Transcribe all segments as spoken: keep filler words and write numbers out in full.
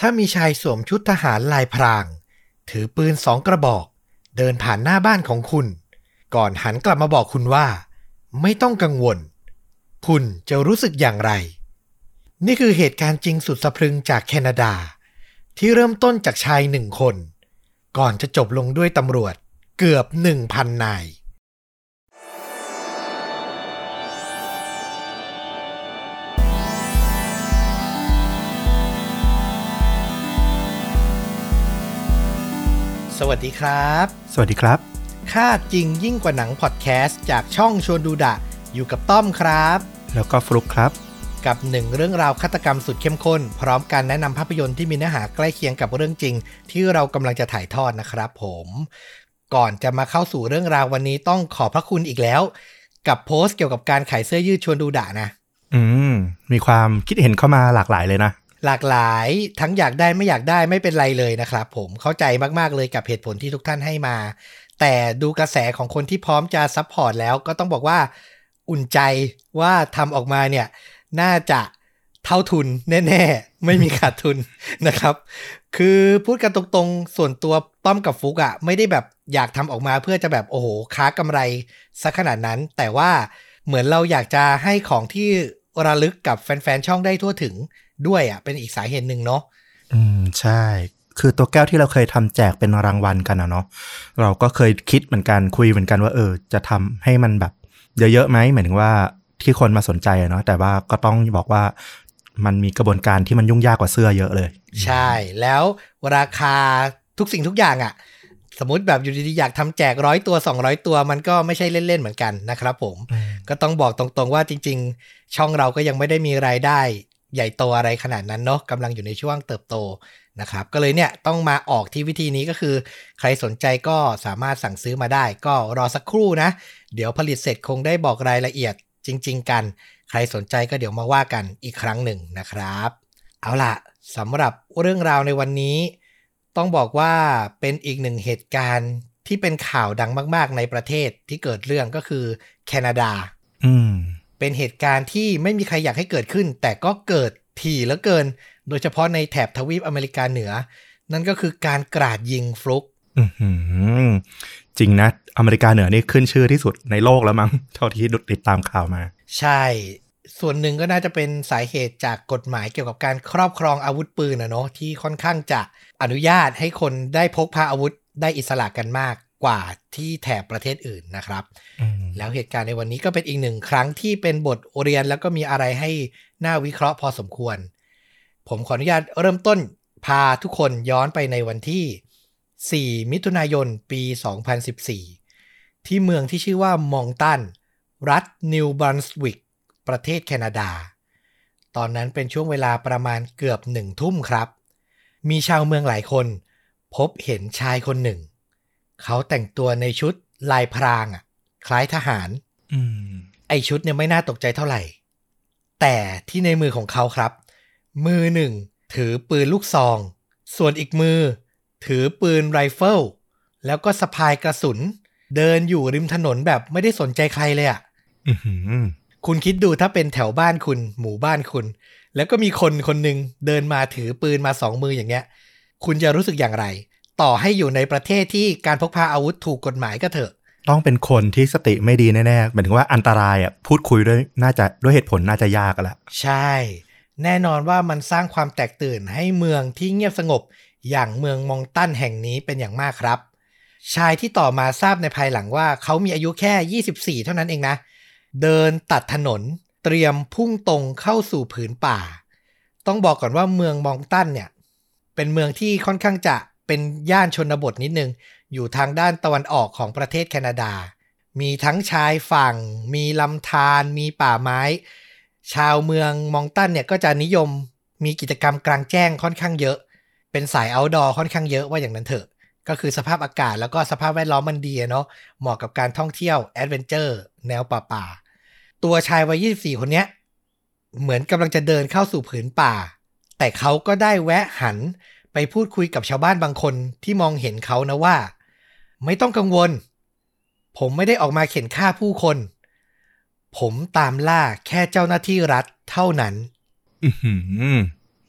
ถ้ามีชายสวมชุดทหารลายพรางถือปืนสองกระบอกเดินผ่านหน้าบ้านของคุณก่อนหันกลับมาบอกคุณว่าไม่ต้องกังวลคุณจะรู้สึกอย่างไรนี่คือเหตุการณ์จริงสุดสะพรึงจากแคนาดาที่เริ่มต้นจากชายหนึ่งคนก่อนจะจบลงด้วยตำรวจเกือบ หนึ่งพัน นายสวัสดีครับสวัสดีครับค่าจริงยิ่งกว่าหนังพอดแคสต์จากช่องชวนดูดะอยู่กับต้อมครับแล้วก็ฟลุ๊กครับกับหนึ่งเรื่องราวฆาตกรรมสุดเข้มข้นพร้อมการแนะนำภาพยนตร์ที่มีเนื้อหาใกล้เคียงกับเรื่องจริงที่เรากำลังจะถ่ายทอดนะครับผมก่อนจะมาเข้าสู่เรื่องราววันนี้ต้องขอบพระคุณอีกแล้วกับโพสต์เกี่ยวกับการขายเสื้อยืดชวนดูดะนะอืมมีความคิดเห็นเข้ามาหลากหลายเลยนะหลากหลายทั้งอยากได้ไม่อยากได้ไม่เป็นไรเลยนะครับผมเข้าใจมากๆเลยกับเหตุผลที่ทุกท่านให้มาแต่ดูกระแสของคนที่พร้อมจะซัพพอร์ตแล้วก็ต้องบอกว่าอุ่นใจว่าทำออกมาเนี่ยน่าจะเท่าทุนแน่ๆไม่มีขาดทุนนะครับคือพูดกันตรงๆส่วนตัวต้อมกับฟุกอะไม่ได้แบบอยากทำออกมาเพื่อจะแบบโอ้โหค้ากำไรซะขนาดนั้นแต่ว่าเหมือนเราอยากจะให้ของที่ระลึกกับแฟนๆช่องได้ทั่วถึงด้วยอ่ะเป็นอีกสาเหตุหนึ่งเนาะอืมใช่คือตัวแก้วที่เราเคยทำแจกเป็นรางวัลกันนะเนาะเราก็เคยคิดเหมือนกันคุยเหมือนกันว่าเออจะทำให้มันแบบเยอะๆไหมหมายถึงว่าที่คนมาสนใจอะเนาะแต่ว่าก็ต้องบอกว่ามันมีกระบวนการที่มันยุ่งยากกว่าเสื้อเยอะเลยใช่แล้วราคาทุกสิ่งทุกอย่างอ่ะสมมติแบบอยู่ดีๆอยากทำแจกร้อยตัวสองร้อยตัวมันก็ไม่ใช่เล่นๆเหมือนกันนะครับผมก็ต้องบอกตรงๆว่าจริงๆช่องเราก็ยังไม่ได้มีรายได้ใหญ่โตอะไรขนาดนั้นเนาะกำลังอยู่ในช่วงเติบโตนะครับก็เลยเนี่ยต้องมาออกที่วิธีนี้ก็คือใครสนใจก็สามารถสั่งซื้อมาได้ก็รอสักครู่นะเดี๋ยวผลิตเสร็จคงได้บอกรายละเอียดจริงๆกันใครสนใจก็เดี๋ยวมาว่ากันอีกครั้งหนึ่งนะครับเอาล่ะสำหรับเรื่องราวในวันนี้ต้องบอกว่าเป็นอีกหนึ่งเหตุการณ์ที่เป็นข่าวดังมากๆในประเทศที่เกิดเรื่องก็คือแคนาดาอืมเป็นเหตุการณ์ที่ไม่มีใครอยากให้เกิดขึ้นแต่ก็เกิดถี่เหลือเกินโดยเฉพาะในแถบทวีปอเมริกาเหนือนั่นก็คือการกราดยิงฟลุกอือจริงนะอเมริกาเหนือนี่ขึ้นชื่อที่สุดในโลกแล้วมั้งเท่าที่ติดตามข่าวมาใช่ส่วนหนึ่งก็น่าจะเป็นสาเหตุจากกฎหมายเกี่ยวกับการครอบครองอาวุธปืนนะเนาะที่ค่อนข้างจะอนุญาตให้คนได้พกพาอาวุธได้อิสระกันมากกว่าที่แถบประเทศอื่นนะครับแล้วเหตุการณ์ในวันนี้ก็เป็นอีกหนึ่งครั้งที่เป็นบทเรียนแล้วก็มีอะไรให้น่าวิเคราะห์พอสมควรผมขออนุญาตเริ่มต้นพาทุกคนย้อนไปในวันที่สี่มิถุนายนปีสองพันสิบสี่ที่เมืองที่ชื่อว่ามองตันรัฐนิวบรันสวิกประเทศแคนาดาตอนนั้นเป็นช่วงเวลาประมาณเกือบหนึ่งทุ่มครับมีชาวเมืองหลายคนพบเห็นชายคนหนึ่งเขาแต่งตัวในชุดลายพรางอ่ะคล้ายทหารอืมไอชุดเนี่ยไม่น่าตกใจเท่าไหร่แต่ที่ในมือของเขาครับมือหนึ่งถือปืนลูกซองส่วนอีกมือถือปืนไรเฟิลแล้วก็สะพายกระสุนเดินอยู่ริมถนนแบบไม่ได้สนใจใครเลยอ่ะคุณคิดดูถ้าเป็นแถวบ้านคุณหมู่บ้านคุณแล้วก็มีคนคนหนึ่งเดินมาถือปืนมาสองมืออย่างเงี้ยคุณจะรู้สึกอย่างไรต่อให้อยู่ในประเทศที่การพกพาอาวุธถูกกฎหมายก็เถอะต้องเป็นคนที่สติไม่ดีแน่ๆหมายถึงว่าอันตรายอ่ะพูดคุยด้วยน่าจะด้วยเหตุผลน่าจะยากแล้วใช่แน่นอนว่ามันสร้างความแตกตื่นให้เมืองที่เงียบสงบอย่างเมืองมองตันแห่งนี้เป็นอย่างมากครับชายที่ต่อมาทราบในภายหลังว่าเขามีอายุแค่ยี่สิบสี่เท่านั้นเองนะเดินตัดถนนเตรียมพุ่งตรงเข้าสู่ผืนป่าต้องบอกก่อนว่าเมืองมองตันเนี่ยเป็นเมืองที่ค่อนข้างจะเป็นย่านชนบทนิดนึงอยู่ทางด้านตะวันออกของประเทศแคนาดามีทั้งชายฝั่งมีลำธารมีป่าไม้ชาวเมืองมองตันเนี่ยก็จะนิยมมีกิจกรรมกลางแจ้งค่อนข้างเยอะเป็นสายเอาท์ดอร์ค่อนข้างเยอะว่าอย่างนั้นเถอะก็คือสภาพอากาศแล้วก็สภาพแวดล้อมมันดีเนาะเหมาะกับการท่องเที่ยวแอดเวนเจอร์แนวป่าๆตัวชายวัยยี่สิบสี่คนเนี้ยเหมือนกำลังจะเดินเข้าสู่ผืนป่าแต่เขาก็ได้แวะหันไปพูดคุยกับชาวบ้านบางคนที่มองเห็นเขานะว่าไม่ต้องกังวลผมไม่ได้ออกมาเข็นฆ่าผู้คนผมตามล่าแค่เจ้าหน้าที่รัฐเท่านั้น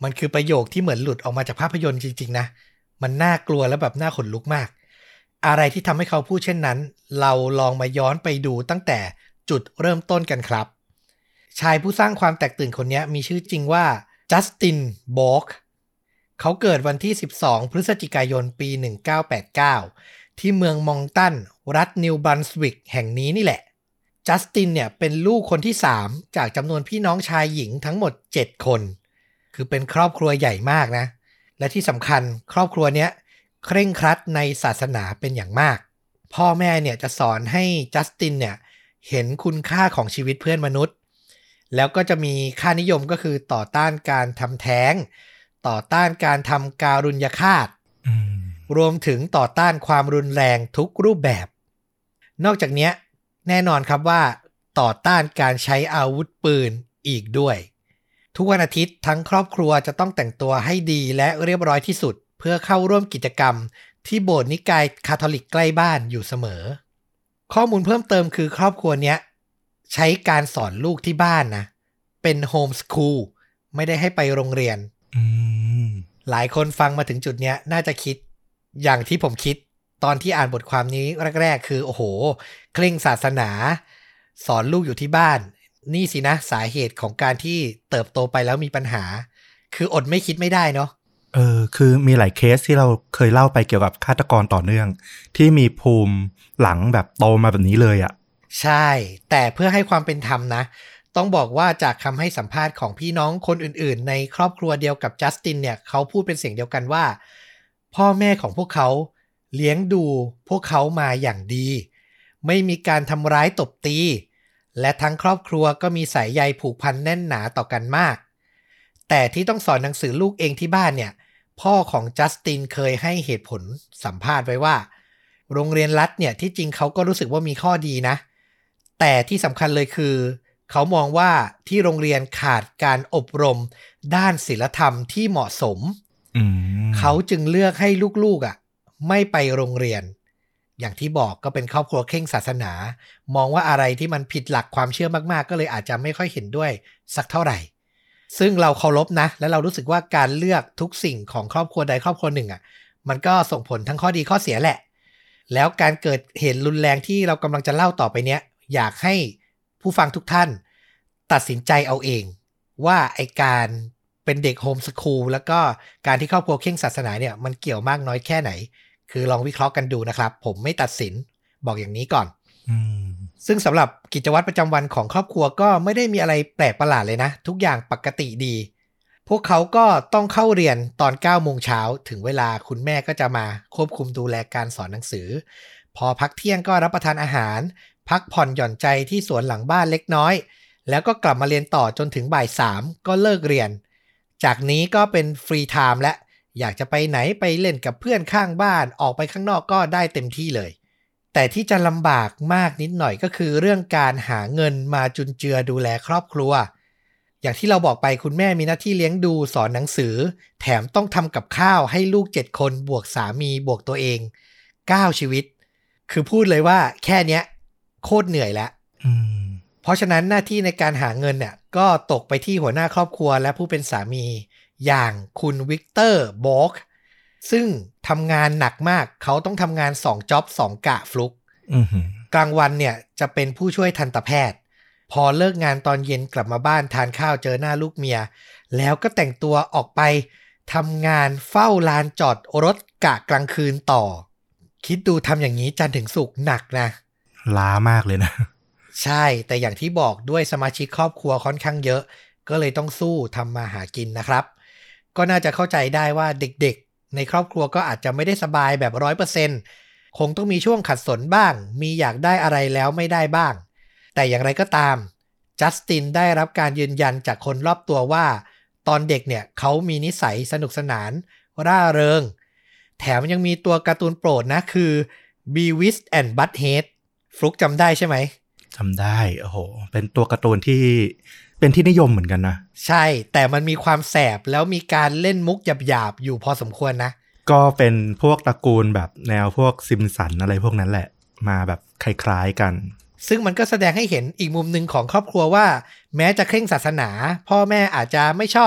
มันคือประโยคที่เหมือนหลุดออกมาจากภาพยนตร์จริงๆนะมันน่ากลัวและแบบน่าขนลุกมากอะไรที่ทำให้เขาพูดเช่นนั้นเราลองมาย้อนไปดูตั้งแต่จุดเริ่มต้นกันครับชายผู้สร้างความแตกตื่นคนนี้มีชื่อจริงว่าจัสติน บอกเขาเกิดวันที่สิบสองพฤศจิกายนปีหนึ่งเก้าแปดเก้าที่เมืองมองตันรัฐนิวบรันสวิกแห่งนี้นี่แหละจัสตินเนี่ยเป็นลูกคนที่สามจากจำนวนพี่น้องชายหญิงทั้งหมดเจ็ดคนคือเป็นครอบครัวใหญ่มากนะและที่สำคัญครอบครัวเนี้ยเคร่งครัดในศาสนาเป็นอย่างมากพ่อแม่เนี่ยจะสอนให้จัสตินเนี่ยเห็นคุณค่าของชีวิตเพื่อนมนุษย์แล้วก็จะมีค่านิยมก็คือต่อต้านการทำแท้งต่อต้านการทำการุญยฆาตรวมถึงต่อต้านความรุนแรงทุกรูปแบบนอกจากนี้แน่นอนครับว่าต่อต้านการใช้อาวุธปืนอีกด้วยทุกวันอาทิตย์ทั้งครอบครัวจะต้องแต่งตัวให้ดีและเรียบร้อยที่สุดเพื่อเข้าร่วมกิจกรรมที่โบสถ์นิกายคาทอลิกใกล้บ้านอยู่เสมอข้อมูลเพิ่มเติมคือครอบครัวเนี้ยใช้การสอนลูกที่บ้านนะเป็นโฮมสคูลไม่ได้ให้ไปโรงเรียนหลายคนฟังมาถึงจุดเนี้ยน่าจะคิดอย่างที่ผมคิดตอนที่อ่านบทความนี้แรกๆคือโอ้โหเคร่งศาสนาสอนลูกอยู่ที่บ้านนี่สินะสาเหตุของการที่เติบโตไปแล้วมีปัญหาคืออดไม่คิดไม่ได้เนาะเออคือมีหลายเคสที่เราเคยเล่าไปเกี่ยวกับฆาตกรต่อเนื่องที่มีภูมิหลังแบบโตมาแบบนี้เลยอ่ะใช่แต่เพื่อให้ความเป็นธรรมนะต้องบอกว่าจากคำให้สัมภาษณ์ของพี่น้องคนอื่นๆในครอบครัวเดียวกับจัสตินเนี่ยเขาพูดเป็นเสียงเดียวกันว่าพ่อแม่ของพวกเขาเลี้ยงดูพวกเขามาอย่างดีไม่มีการทำร้ายตบตีและทั้งครอบครัวก็มีสายใยผูกพันแน่นหนาต่อกันมากแต่ที่ต้องสอนหนังสือลูกเองที่บ้านเนี่ยพ่อของจัสตินเคยให้เหตุผลสัมภาษณ์ไว้ว่าโรงเรียนรัฐเนี่ยที่จริงเขาก็รู้สึกว่ามีข้อดีนะแต่ที่สำคัญเลยคือเขามองว่าที่โรงเรียนขาดการอบรมด้านศีลธรรมที่เหมาะสมเขาจึงเลือกให้ลูกๆอ่ะไม่ไปโรงเรียนอย่างที่บอกก็เป็นครอบครัวเคร่งศาสนามองว่าอะไรที่มันผิดหลักความเชื่อมากๆก็เลยอาจจะไม่ค่อยเห็นด้วยสักเท่าไหร่ซึ่งเราเคารพนะและเรารู้สึกว่าการเลือกทุกสิ่งของครอบครัวใดครอบครัวหนึ่งอ่ะมันก็ส่งผลทั้งข้อดีข้อเสียแหละแล้วการเกิดเหตุรุนแรงที่เรากำลังจะเล่าต่อไปเนี้ยอยากให้ผู้ฟังทุกท่านตัดสินใจเอาเองว่าไอการเป็นเด็กโฮมสคูลแล้วก็การที่ครอบครัวเคร่งศาสนาเนี่ยมันเกี่ยวมากน้อยแค่ไหนคือลองวิเคราะห์กันดูนะครับผมไม่ตัดสินบอกอย่างนี้ก่อนซึ่งสำหรับกิจวัตรประจำวันของครอบครัวก็ไม่ได้มีอะไรแปลกประหลาดเลยนะทุกอย่างปกติดีพวกเขาก็ต้องเข้าเรียนตอนเก้าโมงเช้าถึงเวลาคุณแม่ก็จะมาควบคุมดูแลการสอนหนังสือพอพักเที่ยงก็รับประทานอาหารพักผ่อนหย่อนใจที่สวนหลังบ้านเล็กน้อยแล้วก็กลับมาเรียนต่อจนถึงบ่ายสามก็เลิกเรียนจากนี้ก็เป็นฟรีไทม์และอยากจะไปไหนไปเล่นกับเพื่อนข้างบ้านออกไปข้างนอกก็ได้เต็มที่เลยแต่ที่จะลำบากมากนิดหน่อยก็คือเรื่องการหาเงินมาจุนเจือดูแลครอบครัวอย่างที่เราบอกไปคุณแม่มีหน้าที่เลี้ยงดูสอนหนังสือแถมต้องทำกับข้าวให้ลูกเจ็ดคนบวกสามีบวกตัวเองเก้าชีวิตคือพูดเลยว่าแค่เนี้ยโคตรเหนื่อยแล้วเพราะฉะนั้นหน้าที่ในการหาเงินเนี่ยก็ตกไปที่หัวหน้าครอบครัวและผู้เป็นสามีอย่างคุณวิกเตอร์บอกซึ่งทำงานหนักมากเขาต้องทำงานสองจ็อบสองกะฟลุกกลางวันเนี่ยจะเป็นผู้ช่วยทันตแพทย์พอเลิกงานตอนเย็นกลับมาบ้านทานข้าวเจอหน้าลูกเมียแล้วก็แต่งตัวออกไปทำงานเฝ้าลานจอดรถกะกลางคืนต่อคิดดูทำอย่างนี้จันทร์ถึงศุกร์หนักนะล้ามากเลยนะใช่แต่อย่างที่บอกด้วยสมาชิกครอบครัวค่อนข้างเยอะก็เลยต้องสู้ทำมาหากินนะครับก็น่าจะเข้าใจได้ว่าเด็กๆในครอบครัวก็อาจจะไม่ได้สบายแบบ ร้อยเปอร์เซ็นต์ คงต้องมีช่วงขัดสนบ้างมีอยากได้อะไรแล้วไม่ได้บ้างแต่อย่างไรก็ตามจัสตินได้รับการยืนยันจากคนรอบตัวว่าตอนเด็กเนี่ยเขามีนิสัยสนุกสนานร่าเริงแถมยังมีตัวการ์ตูนโปรดนะคือ Beavis and Butthead ฟลุกจำได้ใช่ไหมจำได้โอ้โหเป็นตัวการ์ตูนที่เป็นที่นิยมเหมือนกันนะใช่แต่มันมีความแสบแล้วมีการเล่นมุกหยาบๆอยู่พอสมควรนะก็เป็นพวกตระกูลแบบแนวพวกซิมสันอะไรพวกนั้นแหละมาแบบคล้ายๆกันซึ่งมันก็แสดงให้เห็นอีกมุมหนึ่งของครอบครัวว่าแม้จะเคร่งศาสนาพ่อแม่อาจจะไม่ชอบ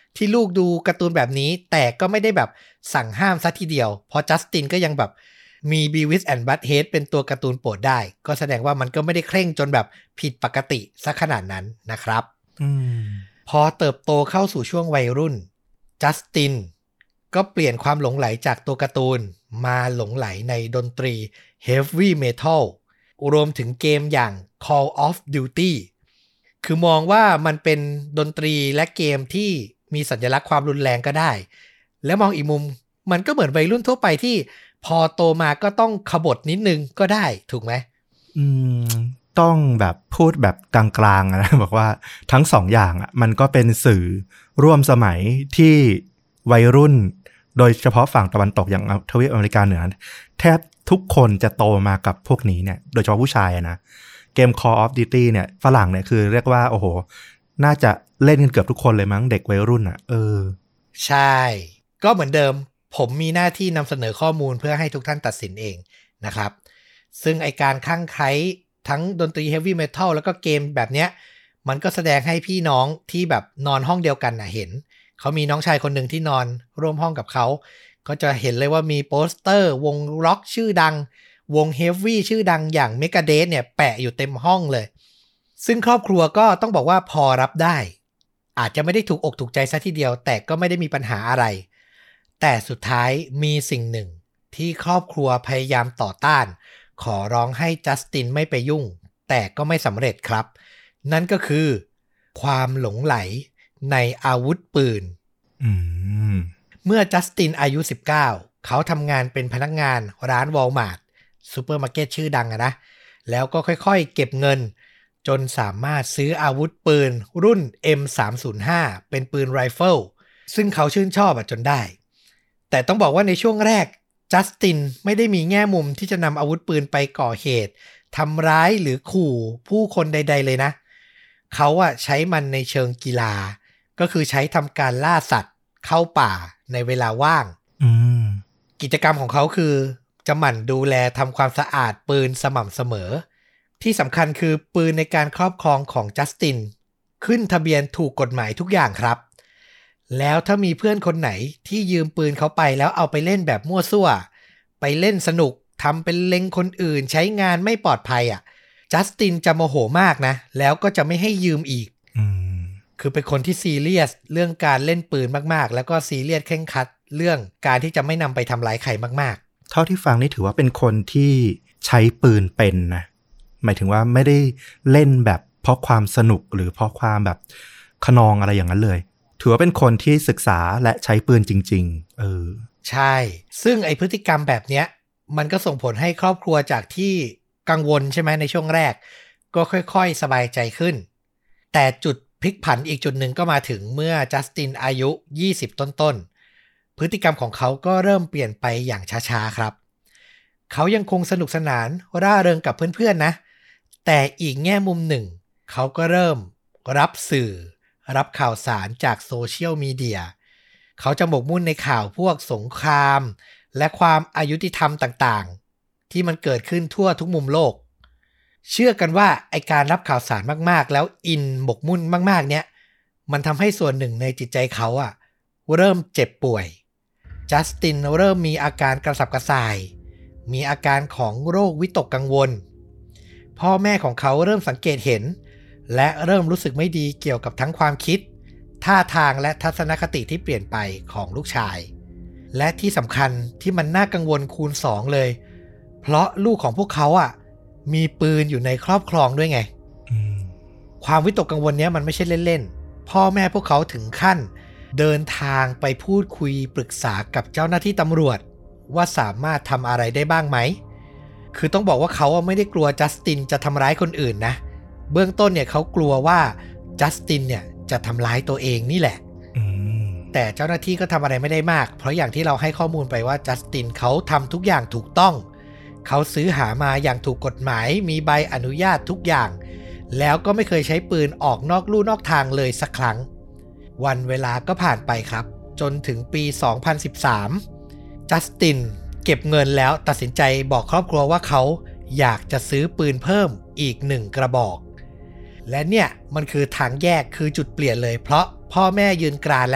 ที่ลูกดูการ์ตูนแบบนี้แต่ก็ไม่ได้แบบสั่งห้ามซะทีเดียวเพราะจัสตินก็ยังแบบมี Beavis and Butthead เป็นตัวการ์ตูนโปรดได้ก็แสดงว่ามันก็ไม่ได้เคร่งจนแบบผิดปกติซะขนาดนั้นนะครับพอเติบโตเข้าสู่ช่วงวัยรุ่นจัสตินก็เปลี่ยนความหลงไหลจากตัวการ์ตูนมาหลงไหลในดนตรี Heavy Metal รวมถึงเกมอย่าง Call of Duty คือมองว่ามันเป็นดนตรีและเกมที่มีสัญลักษณ์ความรุนแรงก็ได้แล้วมองอีกมุมมันก็เหมือนวัยรุ่นทั่วไปที่พอโตมาก็ต้องขบถนิดนึงก็ได้ถูกไหมอืมต้องแบบพูดแบบกลางๆนะบอกว่าทั้งสองอย่างอ่ะมันก็เป็นสื่อร่วมสมัยที่วัยรุ่นโดยเฉพาะฝั่งตะวันตกอย่างทวีปอเมริกาเหนือแทบทุกคนจะโตมากับพวกนี้เนี่ยโดยเฉพาะผู้ชายนะเกม Call of Duty เนี่ยฝรั่งเนี่ยคือเรียกว่าโอ้โหน่าจะเล่นกันเกือบทุกคนเลยมั้งเด็กวัยรุ่นอ่ะเออใช่ก็เหมือนเดิมผมมีหน้าที่นำเสนอข้อมูลเพื่อให้ทุกท่านตัดสินเองนะครับซึ่งไอการคลั่งไคล้ทั้งดนตรี Heavy Metal แล้วก็เกมแบบเนี้ยมันก็แสดงให้พี่น้องที่แบบนอนห้องเดียวกันน่ะเห็นเขามีน้องชายคนหนึ่งที่นอนร่วมห้องกับเขาก็จะเห็นเลยว่ามีโปสเตอร์วงร็อกชื่อดังวง Heavy ชื่อดังอย่าง Megadeth เนี่ยแปะอยู่เต็มห้องเลยซึ่งครอบครัวก็ต้องบอกว่าพอรับได้อาจจะไม่ได้ถูกอกถูกใจซะทีเดียวแต่ก็ไม่ได้มีปัญหาอะไรแต่สุดท้ายมีสิ่งหนึ่งที่ครอบครัวพยายามต่อต้านขอร้องให้จัสตินไม่ไปยุ่งแต่ก็ไม่สำเร็จครับนั่นก็คือความหลงไหลในอาวุธปืนเมื่อจัสตินอายุสิบเก้าเขาทำงานเป็นพนักงานร้านวอลมาร์ทซูเปอร์มาร์เก็ตชื่อดังอะนะแล้วก็ค่อยๆเก็บเงินจนสามารถซื้ออาวุธปืนรุ่น เอ็ม สามศูนย์ห้า เป็นปืนไรเฟิลซึ่งเขาชื่นชอบอะจนได้แต่ต้องบอกว่าในช่วงแรกจัสตินไม่ได้มีแง่มุมที่จะนำอาวุธปืนไปก่อเหตุทำร้ายหรือขู่ผู้คนใดๆเลยนะเขาอะใช้มันในเชิงกีฬาก็คือใช้ทำการล่าสัตว์เข้าป่าในเวลาว่างกิจกรรมของเขาคือจะหมั่นดูแลทำความสะอาดปืนสม่ำเสมอที่สำคัญคือปืนในการครอบครองของจัสตินขึ้นทะเบียนถูกกฎหมายทุกอย่างครับแล้วถ้ามีเพื่อนคนไหนที่ยืมปืนเขาไปแล้วเอาไปเล่นแบบมั่วซั่วไปเล่นสนุกทำเป็นเล็งคนอื่นใช้งานไม่ปลอดภัยอ่ะจัสตินจะโมโหมากนะแล้วก็จะไม่ให้ยืมอีกคือเป็นคนที่ซีเรียสเรื่องการเล่นปืนมากๆแล้วก็ซีเรียสเคร่งครัดเรื่องการที่จะไม่นำไปทำร้ายใครมากๆเท่าที่ฟังนี่ถือว่าเป็นคนที่ใช้ปืนเป็นนะหมายถึงว่าไม่ได้เล่นแบบเพราะความสนุกหรือเพราะความแบบขนองอะไรอย่างนั้นเลยถือว่าเป็นคนที่ศึกษาและใช้ปืนจริงๆเออใช่ซึ่งไอพฤติกรรมแบบเนี้ยมันก็ส่งผลให้ครอบครัวจากที่กังวลใช่ไหมในช่วงแรกก็ค่อยๆสบายใจขึ้นแต่จุดพลิกผันอีกจุดหนึ่งก็มาถึงเมื่อจัสตินอายุยี่สิบต้นๆพฤติกรรมของเขาก็เริ่มเปลี่ยนไปอย่างช้าๆครับเขายังคงสนุกสนานร่าเริงกับเพื่อนๆนะแต่อีกแง่มุมหนึ่งเขาก็เริ่มรับสื่อรับข่าวสารจากโซเชียลมีเดียเขาจะหมกมุ่นในข่าวพวกสงครามและความอายุติธรรมต่างๆที่มันเกิดขึ้นทั่วทุกมุมโลกเชื่อกันว่าไอการรับข่าวสารมากๆแล้วอินหมกมุ่นมากๆเนี่ยมันทำให้ส่วนหนึ่งในจิตใจเขาอะเริ่มเจ็บป่วยจัสตินเริ่มมีอาการกระสับกระส่ายมีอาการของโรควิตกกังวลพ่อแม่ของเขาเริ่มสังเกตเห็นและเริ่มรู้สึกไม่ดีเกี่ยวกับทั้งความคิดท่าทางและทัศนคติที่เปลี่ยนไปของลูกชายและที่สำคัญที่มันน่ากังวลคูณสองเลยเพราะลูกของพวกเขาอ่ะมีปืนอยู่ในครอบครองด้วยไงความวิตกกังวลเนี้ยมันไม่ใช่เล่นๆพ่อแม่พวกเขาถึงขั้นเดินทางไปพูดคุยปรึกษากับเจ้าหน้าที่ตำรวจว่าสามารถทำอะไรได้บ้างไหมคือต้องบอกว่าเขาไม่ได้กลัวจัสตินจะทำร้ายคนอื่นนะเบื้องต้นเนี่ยเขากลัวว่าจัสตินเนี่ยจะทำร้ายตัวเองนี่แหละแต่เจ้าหน้าที่ก็ทำอะไรไม่ได้มากเพราะอย่างที่เราให้ข้อมูลไปว่าจัสตินเขาทำทุกอย่างถูกต้องเขาซื้อหามาอย่างถูกกฎหมายมีใบอนุญาตทุกอย่างแล้วก็ไม่เคยใช้ปืนออกนอกลู่นอกทางเลยสักครั้งวันเวลาก็ผ่านไปครับจนถึงปีสองพันสิบสามจัสตินเก็บเงินแล้วตัดสินใจบอกครอบครัวว่าเขาอยากจะซื้อปืนเพิ่มอีกหนึ่งกระบอกและเนี่ยมันคือทางแยกคือจุดเปลี่ยนเลยเพราะพ่อแม่ยืนกรานและ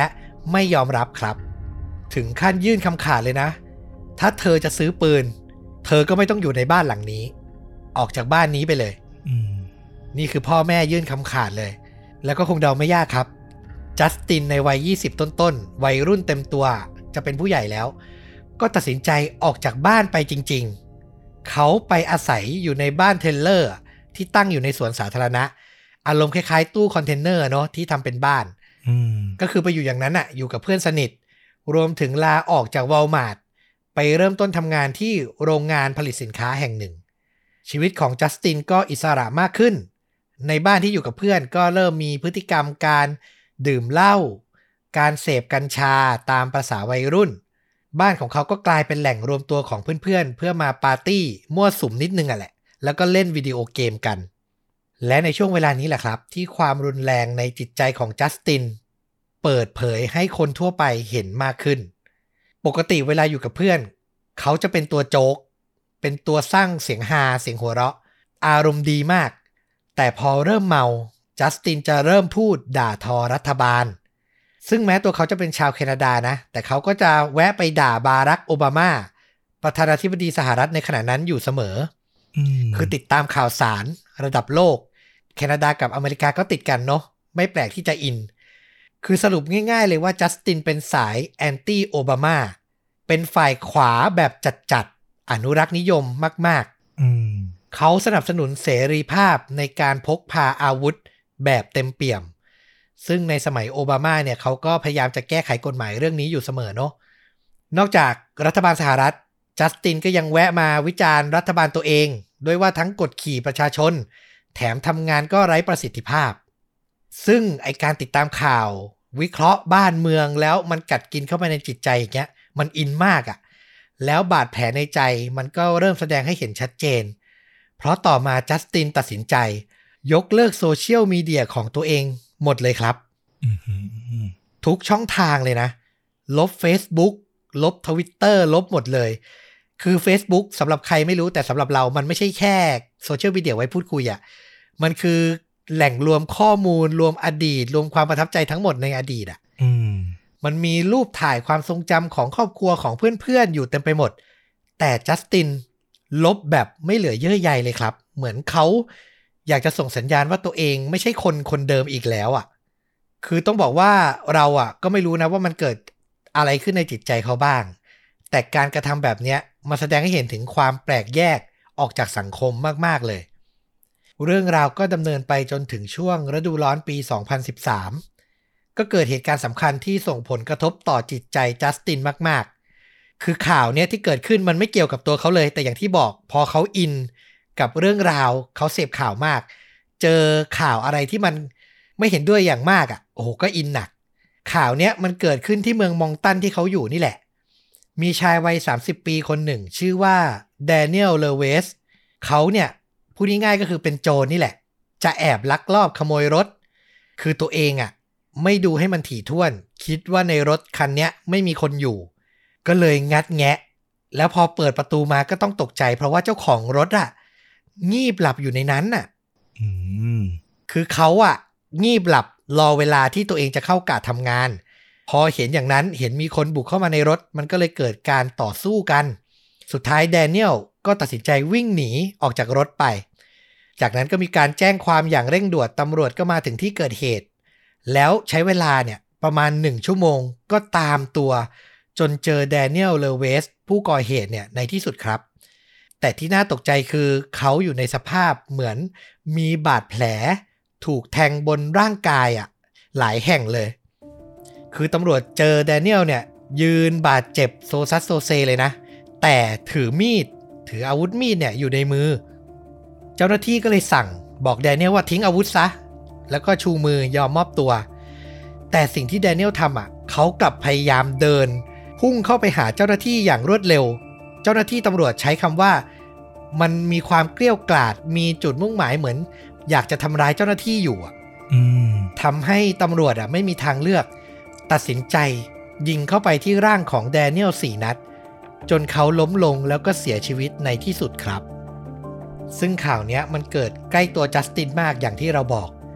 ไม่ยอมรับครับถึงขั้นยื่นคำขาดเลยนะถ้าเธอจะซื้อปืนเธอก็ไม่ต้องอยู่ในบ้านหลังนี้ออกจากบ้านนี้ไปเลยนี่คือพ่อแม่ยื่นคำขาดเลยแล้วก็คงเดาไม่ยากครับจัสตินในวัยยี่สิบต้นๆวัยรุ่นเต็มตัวจะเป็นผู้ใหญ่แล้วก็ตัดสินใจออกจากบ้านไปจริงๆเขาไปอาศัยอยู่ในบ้านเทเลอร์ที่ตั้งอยู่ในสวนสาธารณะอารมณ์คล้ายๆตู้คอนเทนเนอร์เนาะที่ทำเป็นบ้านก็คือไปอยู่อย่างนั้นอะอยู่กับเพื่อนสนิทรวมถึงลาออกจากวอลมาร์ทไปเริ่มต้นทำงานที่โรงงานผลิตสินค้าแห่งหนึ่งชีวิตของจัสตินก็อิสระมากขึ้นในบ้านที่อยู่กับเพื่อนก็เริ่มมีพฤติกรรมการดื่มเหล้าการเสพกัญชาตามประสาวัยรุ่นบ้านของเขาก็กลายเป็นแหล่งรวมตัวของเพื่อนๆเพื่อมาปาร์ตี้มั่วสุมนิดนึงอ่ะแหละแล้วก็เล่นวิดีโอเกมกันและในช่วงเวลานี้แหละครับที่ความรุนแรงในจิตใจของจัสตินเปิดเผยให้คนทั่วไปเห็นมากขึ้นปกติเวลาอยู่กับเพื่อนเขาจะเป็นตัวโจ๊กเป็นตัวสร้างเสียงฮาเสียงหัวเราะอารมณ์ดีมากแต่พอเริ่มเมาจัสตินจะเริ่มพูดด่าทอรัฐบาลซึ่งแม้ตัวเขาจะเป็นชาวแคนาดานะแต่เขาก็จะแวะไปด่าบารักโอบามาประธานาธิบดีสหรัฐในขณะนั้นอยู่เสมอคือติดตามข่าวสารระดับโลกแคนาดากับอเมริกาก็ติดกันเนาะไม่แปลกที่จะอินคือสรุปง่ายๆเลยว่าจัสตินเป็นสายแอนตี้โอบามาเป็นฝ่ายขวาแบบจัดๆอนุรักษ์นิยมมากๆเขาสนับสนุนเสรีภาพในการพกพาอาวุธแบบเต็มเปี่ยมซึ่งในสมัยโอบามาเนี่ยเขาก็พยายามจะแก้ไขกฎหมายเรื่องนี้อยู่เสมอเนาะนอกจากรัฐบาลสหรัฐจัสตินก็ยังแวะมาวิจารณ์รัฐบาลตัวเองด้วยว่าทั้งกดขี่ประชาชนแถมทำงานก็ไร้ประสิทธิภาพซึ่งไอการติดตามข่าววิเคราะห์บ้านเมืองแล้วมันกัดกินเข้าไปในจิตใจอย่างเงี้ยมันอินมากอะแล้วบาดแผลในใจมันก็เริ่มแสดงให้เห็นชัดเจนเพราะต่อมาจัสตินตัดสินใจยกเลิกโซเชียลมีเดียของตัวเองหมดเลยครับทุกช่องทางเลยนะลบ Facebook ลบ Twitter ลบหมดเลยคือ Facebook สำหรับใครไม่รู้แต่สำหรับเรามันไม่ใช่แค่โซเชียลมีเดียไว้พูดคุยอ่ะมันคือแหล่งรวมข้อมูลรวมอดีตรวมความประทับใจทั้งหมดในอดีตอ่ะมันมีรูปถ่ายความทรงจำของครอบครัวของเพื่อนๆอยู่เต็มไปหมดแต่จัสตินลบแบบไม่เหลือเยื่อใยเลยครับเหมือนเขาอยากจะส่งสัญญาณว่าตัวเองไม่ใช่คนคนเดิมอีกแล้วอ่ะคือต้องบอกว่าเราอ่ะก็ไม่รู้นะว่ามันเกิดอะไรขึ้นในจิตใจเขาบ้างแต่การกระทำแบบนี้มาแสดงให้เห็นถึงความแปลกแยกออกจากสังคมมากๆเลยเรื่องราวก็ดำเนินไปจนถึงช่วงฤดูร้อนปีสองพันสิบสามก็เกิดเหตุการณ์สำคัญที่ส่งผลกระทบต่อจิตใจจัสตินมากๆคือข่าวเนี้ยที่เกิดขึ้นมันไม่เกี่ยวกับตัวเขาเลยแต่อย่างที่บอกพอเขาอินกับเรื่องราวเขาเสพข่าวมากเจอข่าวอะไรที่มันไม่เห็นด้วยอย่างมากอ่ะโอ้โหก็อินหนักข่าวเนี้ยมันเกิดขึ้นที่เมืองมองตันที่เขาอยู่นี่แหละมีชายวัยสามสิบปีคนหนึ่งชื่อว่าแดเนียลเลเวสเขาเนี่ยพูดง่ายๆก็คือเป็นโจรนี่แหละจะแอบลักลอบขโมยรถคือตัวเองอ่ะไม่ดูให้มันถี่ถ้วนคิดว่าในรถคันเนี้ยไม่มีคนอยู่ก็เลยงัดแงะแล้วพอเปิดประตูมาก็ต้องตกใจเพราะว่าเจ้าของรถอ่ะงีบหลับอยู่ในนั้นน่ะคือเขาอ่ะงีบหลับรอเวลาที่ตัวเองจะเข้ากะทำงานพอเห็นอย่างนั้นเห็นมีคนบุกเข้ามาในรถมันก็เลยเกิดการต่อสู้กันสุดท้ายแดเนียลก็ตัดสินใจวิ่งหนีออกจากรถไปจากนั้นก็มีการแจ้งความอย่างเร่งด่วนตำรวจก็มาถึงที่เกิดเหตุแล้วใช้เวลาเนี่ยประมาณหนึ่งชั่วโมงก็ตามตัวจนเจอแดเนียลเลเวสผู้ก่อเหตุเนี่ยในที่สุดครับแต่ที่น่าตกใจคือเขาอยู่ในสภาพเหมือนมีบาดแผลถูกแทงบนร่างกายอ่ะหลายแห่งเลยคือตำรวจเจอแดเนียลเนี่ยยืนบาดเจ็บโซซัสโซเซเลยนะแต่ถือมีดถืออาวุธมีดเนี่ยอยู่ในมือเจ้าหน้าที่ก็เลยสั่งบอกแดเนียลว่าทิ้งอาวุธซะแล้วก็ชูมือยอมมอบตัวแต่สิ่งที่แดเนียลทำอ่ะเขากลับพยายามเดินพุ่งเข้าไปหาเจ้าหน้าที่อย่างรวดเร็วเจ้าหน้าที่ตำรวจใช้คำว่ามันมีความเกลี้ยกล่อมมีจุดมุ่งหมายเหมือนอยากจะทำร้ายเจ้าหน้าที่อยู่อ่ะทำให้ตำรวจอ่ะไม่มีทางเลือกตัดสินใจยิงเข้าไปที่ร่างของแดเนียลสี่นัดจนเขาล้มลงแล้วก็เสียชีวิตในที่สุดครับซึ่งข่าวนี้มันเกิดใกล้ตัวจัสตินมากอย่างที่เราบอก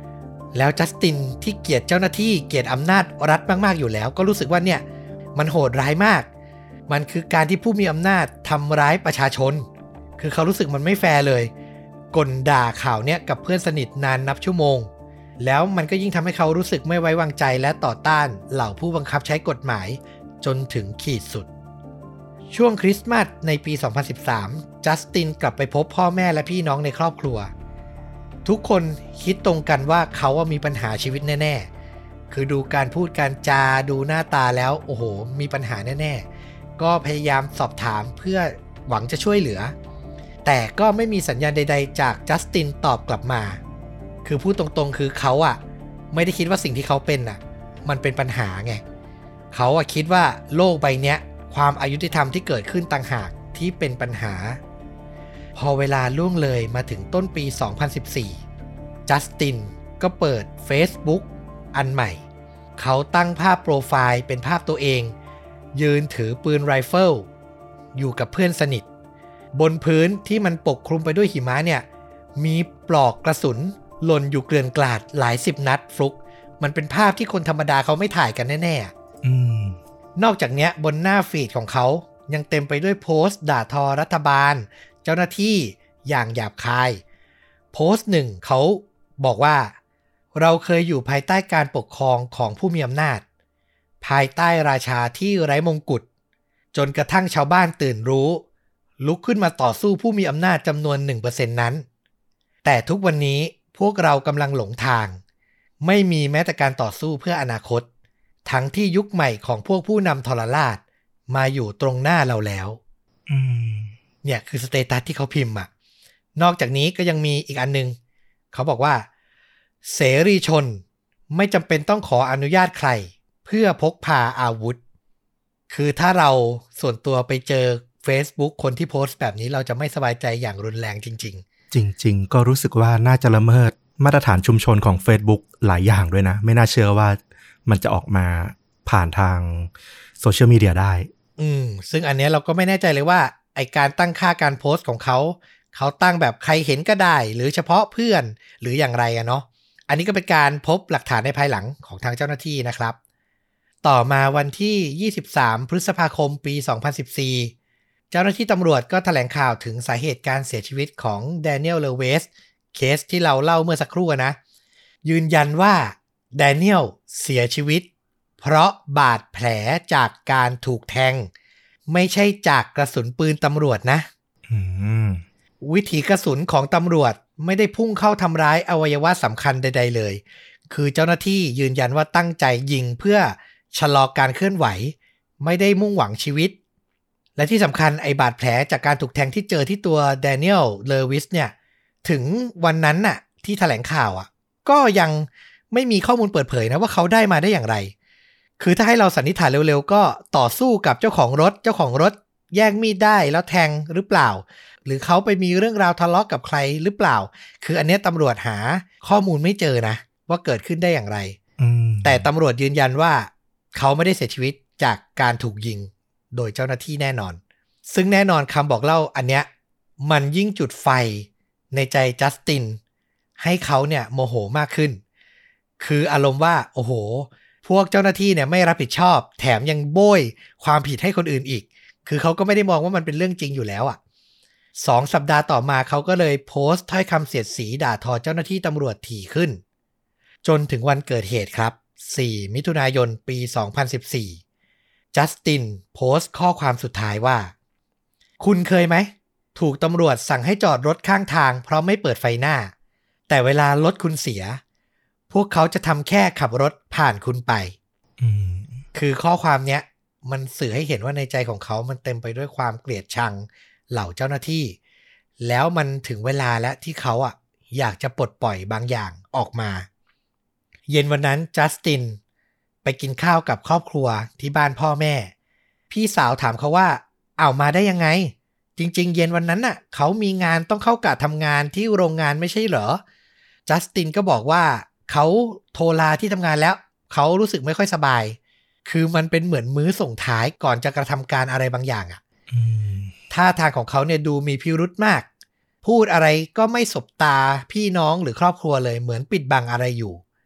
แล้วจัสตินที่เกลียดเจ้าหน้าที่เกลียดอำนาจรัฐมากๆอยู่แล้วก็รู้สึกว่าเนี่ยมันโหดร้ายมากมันคือการที่ผู้มีอำนาจทำร้ายประชาชนคือเขารู้สึกมันไม่แฟร์เลยกลด่าข่าวเนี้ยกับเพื่อนสนิทนานนับชั่วโมงแล้วมันก็ยิ่งทำให้เขารู้สึกไม่ไว้วางใจและต่อต้านเหล่าผู้บังคับใช้กฎหมายจนถึงขีดสุดช่วงคริสต์มาสในปีสองพันสิบสามจัสตินกลับไปพบพ่อแม่และพี่น้องในครอบครัวทุกคนคิดตรงกันว่าเขาว่ามีปัญหาชีวิตแน่ๆคือดูการพูดการจาดูหน้าตาแล้วโอ้โหมีปัญหาแน่ๆก็พยายามสอบถามเพื่อหวังจะช่วยเหลือแต่ก็ไม่มีสัญญาณใดๆจากจัสตินตอบกลับมาคือพูดตรงๆคือเขาอ่ะไม่ได้คิดว่าสิ่งที่เขาเป็นอ่ะมันเป็นปัญหาไงเขาอ่ะคิดว่าโลกใบเนี้ยความอายุติธรรมที่เกิดขึ้นต่างหากที่เป็นปัญหาพอเวลาล่วงเลยมาถึงต้นปีสองพันสิบสี่จัสตินก็เปิด Facebook อันใหม่เขาตั้งภาพโปรไฟล์เป็นภาพตัวเองยืนถือปืนไรเฟิลอยู่กับเพื่อนสนิทบนพื้นที่มันปกคลุมไปด้วยหิมะเนี่ยมีปลอกกระสุนหล่นอยู่เกลื่อนกลาดหลายสิบนัดฟลุกมันเป็นภาพที่คนธรรมดาเขาไม่ถ่ายกันแน่ๆอืมนอกจากเนี้ยบนหน้าฟีดของเขายังเต็มไปด้วยโพสต์ด่าทอรัฐบาลเจ้าหน้าที่อย่างหยาบคายโพสต์หนึ่งเขาบอกว่าเราเคยอยู่ภายใต้การปกครองของผู้มีอำนาจภายใต้ราชาที่ไร้มงกุฎจนกระทั่งชาวบ้านตื่นรู้ลุกขึ้นมาต่อสู้ผู้มีอำนาจจำนวน หนึ่งเปอร์เซ็นต์ นั้นแต่ทุกวันนี้พวกเรากำลังหลงทางไม่มีแม้แต่การต่อสู้เพื่ออนาคตทั้งที่ยุคใหม่ของพวกผู้นำทรราชมาอยู่ตรงหน้าเราแล้วอืมเนี่ยคือสเตตัสที่เขาพิมพ์อ่ะนอกจากนี้ก็ยังมีอีกอันนึงเขาบอกว่าเสรีชนไม่จำเป็นต้องขออนุญาตใครเพื่อพกพาอาวุธคือถ้าเราส่วนตัวไปเจอ Facebook คนที่โพสต์แบบนี้เราจะไม่สบายใจอย่างรุนแรงจริงๆจริงๆก็รู้สึกว่าน่าจะละเมิดมาตรฐานชุมชนของ Facebook หลายอย่างด้วยนะไม่น่าเชื่อว่ามันจะออกมาผ่านทางโซเชียลมีเดียได้อืมซึ่งอันนี้เราก็ไม่แน่ใจเลยว่าไอการตั้งค่าการโพสต์ของเขาเขาตั้งแบบใครเห็นก็ได้หรือเฉพาะเพื่อนหรืออย่างไรอะเนาะอันนี้ก็เป็นการพบหลักฐานในภายหลังของทางเจ้าหน้าที่นะครับต่อมาวันที่ยี่สิบสามพฤษภาคมปีสองพันสิบสี่เจ้าหน้าที่ตำรวจก็แถลงข่าวถึงสาเหตุการเสียชีวิตของแดเนียล เลเวสเคสที่เราเล่าเมื่อสักครู่นะยืนยันว่าแดเนียลเสียชีวิตเพราะบาดแผลจากการถูกแทงไม่ใช่จากกระสุนปืนตำรวจนะ hmm. วิถีกระสุนของตำรวจไม่ได้พุ่งเข้าทำร้ายอวัยวะสำคัญใดๆเลยคือเจ้าหน้าที่ยืนยันว่าตั้งใจยิงเพื่อชะลอการเคลื่อนไหวไม่ได้มุ่งหวังชีวิตและที่สำคัญไอ้บาดแผลจากการถูกแทงที่เจอที่ตัวแดเนียล เลวิสเนี่ยถึงวันนั้นน่ะที่แถลงข่าวอ่ะก็ยังไม่มีข้อมูลเปิดเผยนะว่าเขาได้มาได้อย่างไรคือถ้าให้เราสันนิษฐานเร็วๆก็ต่อสู้กับเจ้าของรถเจ้าของรถแย่งมีดได้แล้วแทงหรือเปล่าหรือเขาไปมีเรื่องราวทะเลาะกับใครหรือเปล่าคืออันนี้ตำรวจหาข้อมูลไม่เจอนะว่าเกิดขึ้นได้อย่างไรแต่ตำรวจยืนยันว่าเขาไม่ได้เสียชีวิตจากการถูกยิงโดยเจ้าหน้าที่แน่นอนซึ่งแน่นอนคำบอกเล่าอันเนี้ยมันยิ่งจุดไฟในใจจัสตินให้เขาเนี่ยโมโหมากขึ้นคืออารมณ์ว่าโอ้โหพวกเจ้าหน้าที่เนี่ยไม่รับผิดชอบแถมยังโบยความผิดให้คนอื่นอีกคือเขาก็ไม่ได้มองว่ามันเป็นเรื่องจริงอยู่แล้วอ่ะสองสัปดาห์ต่อมาเขาก็เลยโพสต์ถ้อยคำเสียดสีด่าทอเจ้าหน้าที่ตำรวจถี่ขึ้นจนถึงวันเกิดเหตุครับสี่มิถุนายนปีสองพันสิบสี่จัสตินโพสต์ข้อความสุดท้ายว่าคุณเคยไหมถูกตำรวจสั่งให้จอดรถข้างทางเพราะไม่เปิดไฟหน้าแต่เวลารถคุณเสียพวกเขาจะทำแค่ขับรถผ่านคุณไปคือข้อความเนี้ยมันสื่อให้เห็นว่าในใจของเขามันเต็มไปด้วยความเกลียดชังเหล่าเจ้าหน้าที่แล้วมันถึงเวลาแล้วที่เขาอ่ะอยากจะปลดปล่อยบางอย่างออกมาเย็นวันนั้นจัสตินไปกินข้าวกับครอบครัวที่บ้านพ่อแม่พี่สาวถามเขาว่าเอามาได้ยังไงจริงๆเย็นวันนั้นน่ะเขามีงานต้องเข้ากะทำงานที่โรงงานไม่ใช่เหรอจัสตินก็บอกว่าเขาโทรลาที่ทำงานแล้วเขารู้สึกไม่ค่อยสบายคือมันเป็นเหมือนมื้อส่งท้ายก่อนจะกระทำการอะไรบางอย่างอ่ะท่าทางของเขาเนี่ยดูมีพิรุธมากพูดอะไรก็ไม่สบตาพี่น้องหรือครอบครัวเลยเหมือนปิดบังอะไรอยู่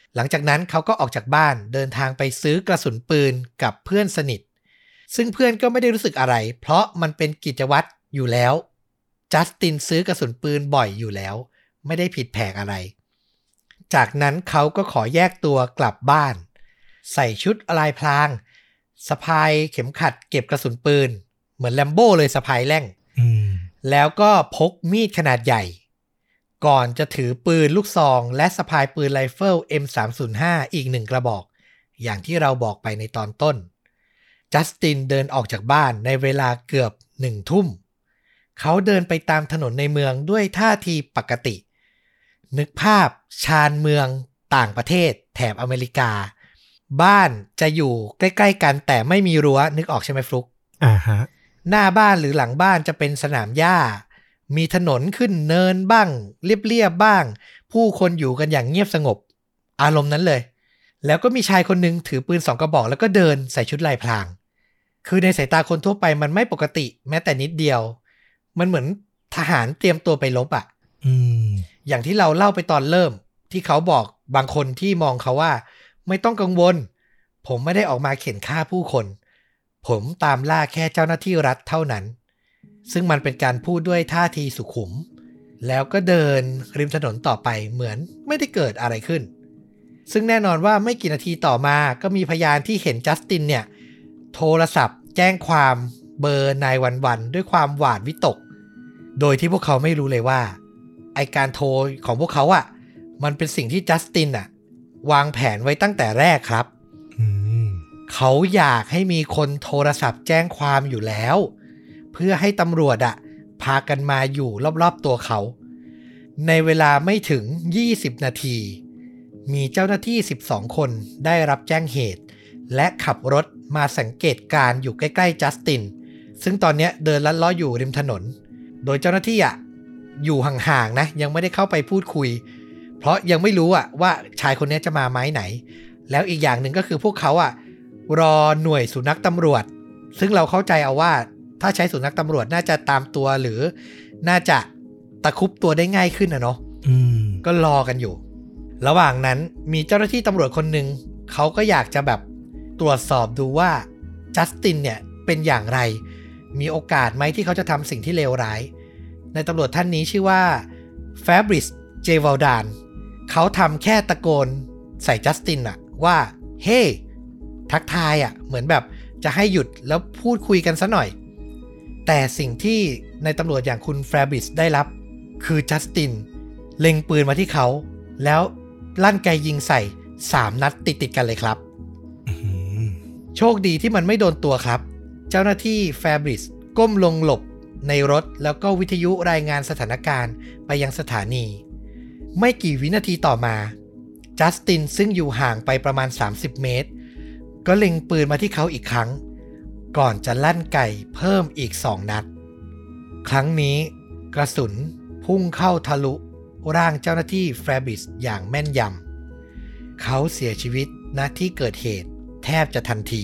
หลังจากนั้นเขาก็ออกจากบ้านเดินทางไปซื้อกระสุนปืนกับเพื่อนสนิทซึ่งเพื่อนก็ไม่ได้รู้สึกอะไรเพราะมันเป็นกิจวัตรอยู่แล้วจัสตินซื้อกระสุนปืนบ่อยอยู่แล้วไม่ได้ผิดแผกอะไรจากนั้นเขาก็ขอแยกตัวกลับบ้านใส่ชุดลายพรางสะพายเข็มขัดเก็บกระสุนปืนเหมือนแลมโบ้เลยสะพายแล่งแล้วก็พกมีดขนาดใหญ่ก่อนจะถือปืนลูกซองและสะพายปืนไรเฟิล เอ็ม สามศูนย์ห้า อีกหนึ่งกระบอกอย่างที่เราบอกไปในตอนต้นจัสตินเดินออกจากบ้านในเวลาเกือบหนึ่งทุ่มเขาเดินไปตามถนนในเมืองด้วยท่าทีปกตินึกภาพชานเมืองต่างประเทศแถบอเมริกาบ้านจะอยู่ใกล้ๆกันแต่ไม่มีรั้วนึกออกใช่ไหมฟลุกอ่าฮะหน้าบ้านหรือหลังบ้านจะเป็นสนามหญ้ามีถนนขึ้นเนินบ้างเรียบๆบ้างผู้คนอยู่กันอย่างเงียบสงบอารมณ์นั้นเลยแล้วก็มีชายคนนึงถือปืนสองกระบอกแล้วก็เดินใส่ชุดลายพรางคือในสายตาคนทั่วไปมันไม่ปกติแม้แต่นิดเดียวมันเหมือนทหารเตรียมตัวไปรบอ่ะอืมอย่างที่เราเล่าไปตอนเริ่มที่เขาบอกบางคนที่มองเขาว่าไม่ต้องกังวลผมไม่ได้ออกมาเข็นฆ่าผู้คนผมตามล่าแค่เจ้าหน้าที่รัฐเท่านั้นซึ่งมันเป็นการพูดด้วยท่าทีสุขุมแล้วก็เดินริมถนนต่อไปเหมือนไม่ได้เกิดอะไรขึ้นซึ่งแน่นอนว่าไม่กี่นาทีต่อมาก็มีพยานที่เห็นจัสตินเนี่ยโทรศัพท์แจ้งความเบอร์นายวันวันด้วยความหวาดวิตกโดยที่พวกเขาไม่รู้เลยว่าไอการโทรของพวกเขาอ่ะมันเป็นสิ่งที่จัสตินอ่ะวางแผนไว้ตั้งแต่แรกครับ hmm. เขาอยากให้มีคนโทรศัพท์แจ้งความอยู่แล้วเพื่อให้ตำรวจอ่ะพากันมาอยู่รอบๆตัวเขาในเวลาไม่ถึงยี่สิบนาทีมีเจ้าหน้าที่สิบสองคนได้รับแจ้งเหตุและขับรถมาสังเกตการอยู่ใกล้ๆจัสตินซึ่งตอนนี้เดินลัดล้ออยู่ริมถนนโดยเจ้าหน้าที่อ่ะอยู่ห่างๆนะยังไม่ได้เข้าไปพูดคุยเพราะยังไม่รู้อ่ะว่าชายคนนี้จะมาไม้ไหนแล้วอีกอย่างหนึ่งก็คือพวกเขาอ่ะรอหน่วยสุนัขตำรวจซึ่งเราเข้าใจเอาว่าถ้าใช้สุนัขตำรวจน่าจะตามตัวหรือน่าจะตะคุบตัวได้ง่ายขึ้นนะเนาะก็รอกันอยู่ระหว่างนั้นมีเจ้าหน้าที่ตำรวจคนหนึ่งเขาก็อยากจะแบบตรวจสอบดูว่าจัสตินเนี่ยเป็นอย่างไรมีโอกาสไหมที่เขาจะทำสิ่งที่เลวร้ายในตำรวจท่านนี้ชื่อว่าแฟบริสเจวาลดานเขาทำแค่ตะโกนใส่จัสตินอะว่าเฮ้ hey! ทักทายอะเหมือนแบบจะให้หยุดแล้วพูดคุยกันซะหน่อยแต่สิ่งที่ในตำรวจอย่างคุณแฟบริสได้รับคือจัสตินเล็งปืนมาที่เขาแล้วลั่นไกยิงใส่สามนัดติดติดกันเลยครับ mm-hmm. โชคดีที่มันไม่โดนตัวครับเจ้าหน้าที่แฟบริสก้มลงหลบในรถแล้วก็วิทยุรายงานสถานการณ์ไปยังสถานีไม่กี่วินาทีต่อมาจัสตินซึ่งอยู่ห่างไปประมาณสามสิบเมตรก็เล็งปืนมาที่เขาอีกครั้งก่อนจะลั่นไกเพิ่มอีกสองนัดครั้งนี้กระสุนพุ่งเข้าทะลุร่างเจ้าหน้าที่แฟบริสอย่างแม่นยำเขาเสียชีวิตณที่เกิดเหตุแทบจะทันที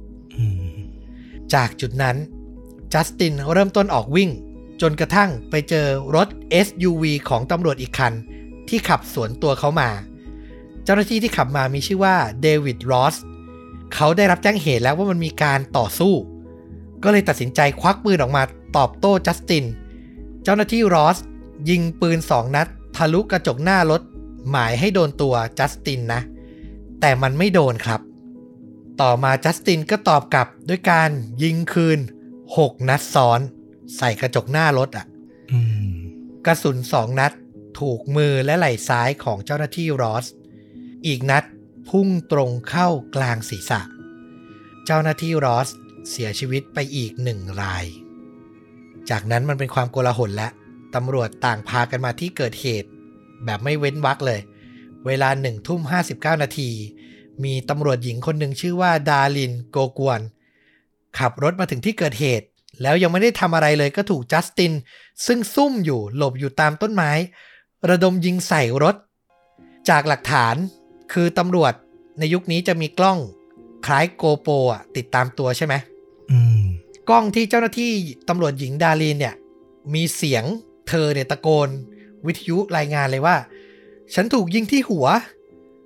mm. จากจุดนั้นจัสตินเริ่มต้นออกวิ่งจนกระทั่งไปเจอรถ เอส ยู วี ของตำรวจอีกคันที่ขับสวนตัวเขามาเจ้าหน้าที่ที่ขับมามีชื่อว่าเดวิดรอสเขาได้รับแจ้งเหตุแล้วว่ามันมีการต่อสู้ก็เลยตัดสินใจควักปืนออกมาตอบโต้จัสตินเจ้าหน้าที่รอสยิงปืนสองนัดทะลุกระจกหน้ารถหมายให้โดนตัวจัสตินนะแต่มันไม่โดนครับต่อมาจัสตินก็ตอบกลับด้วยการยิงคืนหกนัดซ้อนใส่กระจกหน้ารถอ่ะ mm. กระสุนสองนัดถูกมือและไหล่ซ้ายของเจ้าหน้าที่รอสอีกนัดพุ่งตรงเข้ากลางศีรษะเจ้าหน้าที่รอสเสียชีวิตไปอีกหนึ่งรายจากนั้นมันเป็นความโกลาหลและตำรวจต่างพากันมาที่เกิดเหตุแบบไม่เว้นวรรคเลยเวลาหนึ่งทุ่มห้าสิบเก้านาทีมีตำรวจหญิงคนหนึ่งชื่อว่าดารินโกกวนขับรถมาถึงที่เกิดเหตุแล้วยังไม่ได้ทำอะไรเลยก็ถูกจัสตินซึ่งซุ่มอยู่หลบอยู่ตามต้นไม้ระดมยิงใส่รถจากหลักฐานคือตำรวจในยุคนี้จะมีกล้องคล้ายโกโปรอ่ะติดตามตัวใช่ไหม mm. กล้องที่เจ้าหน้าที่ตำรวจหญิงดารินเนี่ยมีเสียงเธอเนี่ยตะโกนวิทยุรายงานเลยว่าฉันถูกยิงที่หัว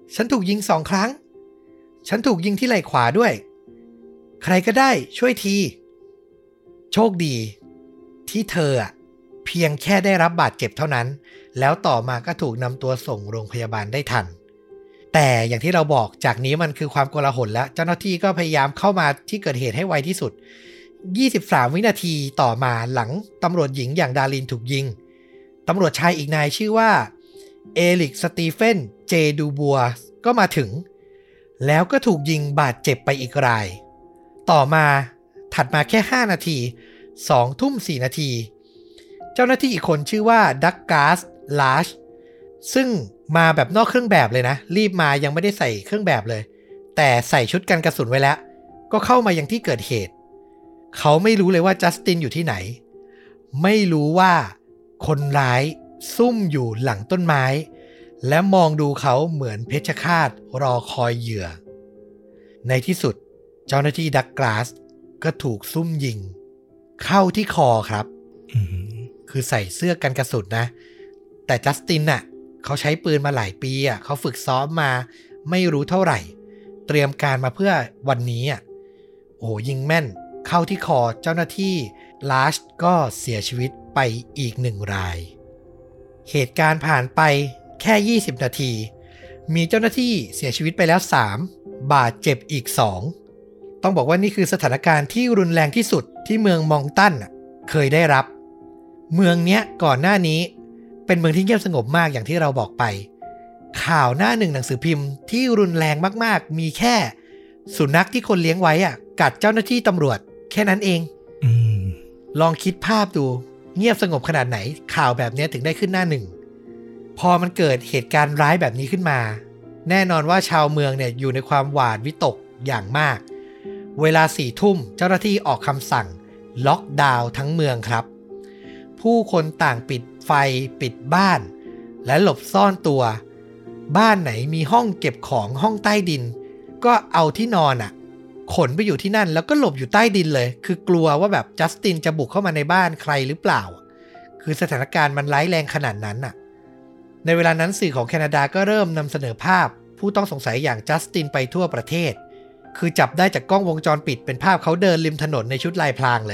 ฉันถูกยิงสองครั้งฉันถูกยิงที่ไหล่ขวาด้วยใครก็ได้ช่วยทีโชคดีที่เธออ่ะเพียงแค่ได้รับบาดเจ็บเท่านั้นแล้วต่อมาก็ถูกนำตัวส่งโรงพยาบาลได้ทันแต่อย่างที่เราบอกจากนี้มันคือความโกลาหลแล้วเจ้าหน้าที่ก็พยายามเข้ามาที่เกิดเหตุให้ไวที่สุดยี่สิบสามวินาทีต่อมาหลังตำรวจหญิงอย่างดารินถูกยิงตำรวจชายอีกนายชื่อว่าเอลิกสตีเฟนเจดูบัวก็มาถึงแล้วก็ถูกยิงบาดเจ็บไปอีกรายต่อมาถัดมาแค่ห้านาทีสองทุ่มสี่นาทีเจ้าหน้าที่อีกคนชื่อว่าดักกาสลาชซึ่งมาแบบนอกเครื่องแบบเลยนะรีบมายังไม่ได้ใส่เครื่องแบบเลยแต่ใส่ชุดกันกระสุนไว้แล้วก็เข้ามายังที่เกิดเหตุเขาไม่รู้เลยว่าจัสตินอยู่ที่ไหนไม่รู้ว่าคนร้ายซุ่มอยู่หลังต้นไม้และมองดูเขาเหมือนเพชฌฆาตรอคอยเหยื่อในที่สุดเจ้าหน้าที่ดักกาสก็ถูกซุ่มยิงเข้าที่คอครับ mm-hmm. คือใส่เสื้อกันกระสุนนะแต่จัสตินน่ะเขาใช้ปืนมาหลายปีอ่ะเขาฝึกซ้อมมาไม่รู้เท่าไหร่เตรียมการมาเพื่อวันนี้อ่ะโอ้ยิงแม่นเข้าที่คอเจ้าหน้าที่ลาชก็เสียชีวิตไปอีกหนึ่งรายเหตุการณ์ผ่านไปแค่ยี่สิบนาทีมีเจ้าหน้าที่เสียชีวิตไปแล้วสามบาดเจ็บอีกสองต้องบอกว่านี่คือสถานการณ์ที่รุนแรงที่สุดที่เมืองมองตันเคยได้รับเมืองเนี้ยก่อนหน้านี้เป็นเมืองที่เงียบสงบมากอย่างที่เราบอกไปข่าวหน้าหนึ่งหนังสือพิมพ์ที่รุนแรงมากๆมีแค่สุนัขที่คนเลี้ยงไว้อ่ะกัดเจ้าหน้าที่ตำรวจแค่นั้นเอง mm. ลองคิดภาพดูเงียบสงบขนาดไหนข่าวแบบนี้ถึงได้ขึ้นหน้าหนึ่งพอมันเกิดเหตุการณ์ร้ายแบบนี้ขึ้นมาแน่นอนว่าชาวเมืองเนี่ยอยู่ในความหวาดวิตกอย่างมากเวลาสี่ทุ่มเจ้าหน้าที่ออกคำสั่งล็อกดาวน์ทั้งเมืองครับผู้คนต่างปิดไฟปิดบ้านและหลบซ่อนตัวบ้านไหนมีห้องเก็บของห้องใต้ดินก็เอาที่นอนอ่ะขนไปอยู่ที่นั่นแล้วก็หลบอยู่ใต้ดินเลยคือกลัวว่าแบบจัสตินจะบุกเข้ามาในบ้านใครหรือเปล่าคือสถานการณ์มันร้ายแรงขนาดนั้นน่ะในเวลานั้นสื่อของแคนาดาก็เริ่มนำเสนอภาพผู้ต้องสงสัยอย่างจัสตินไปทั่วประเทศคือจับได้จากกล้องวงจรปิดเป็นภาพเขาเดินริมถนนในชุดลายพรางเลย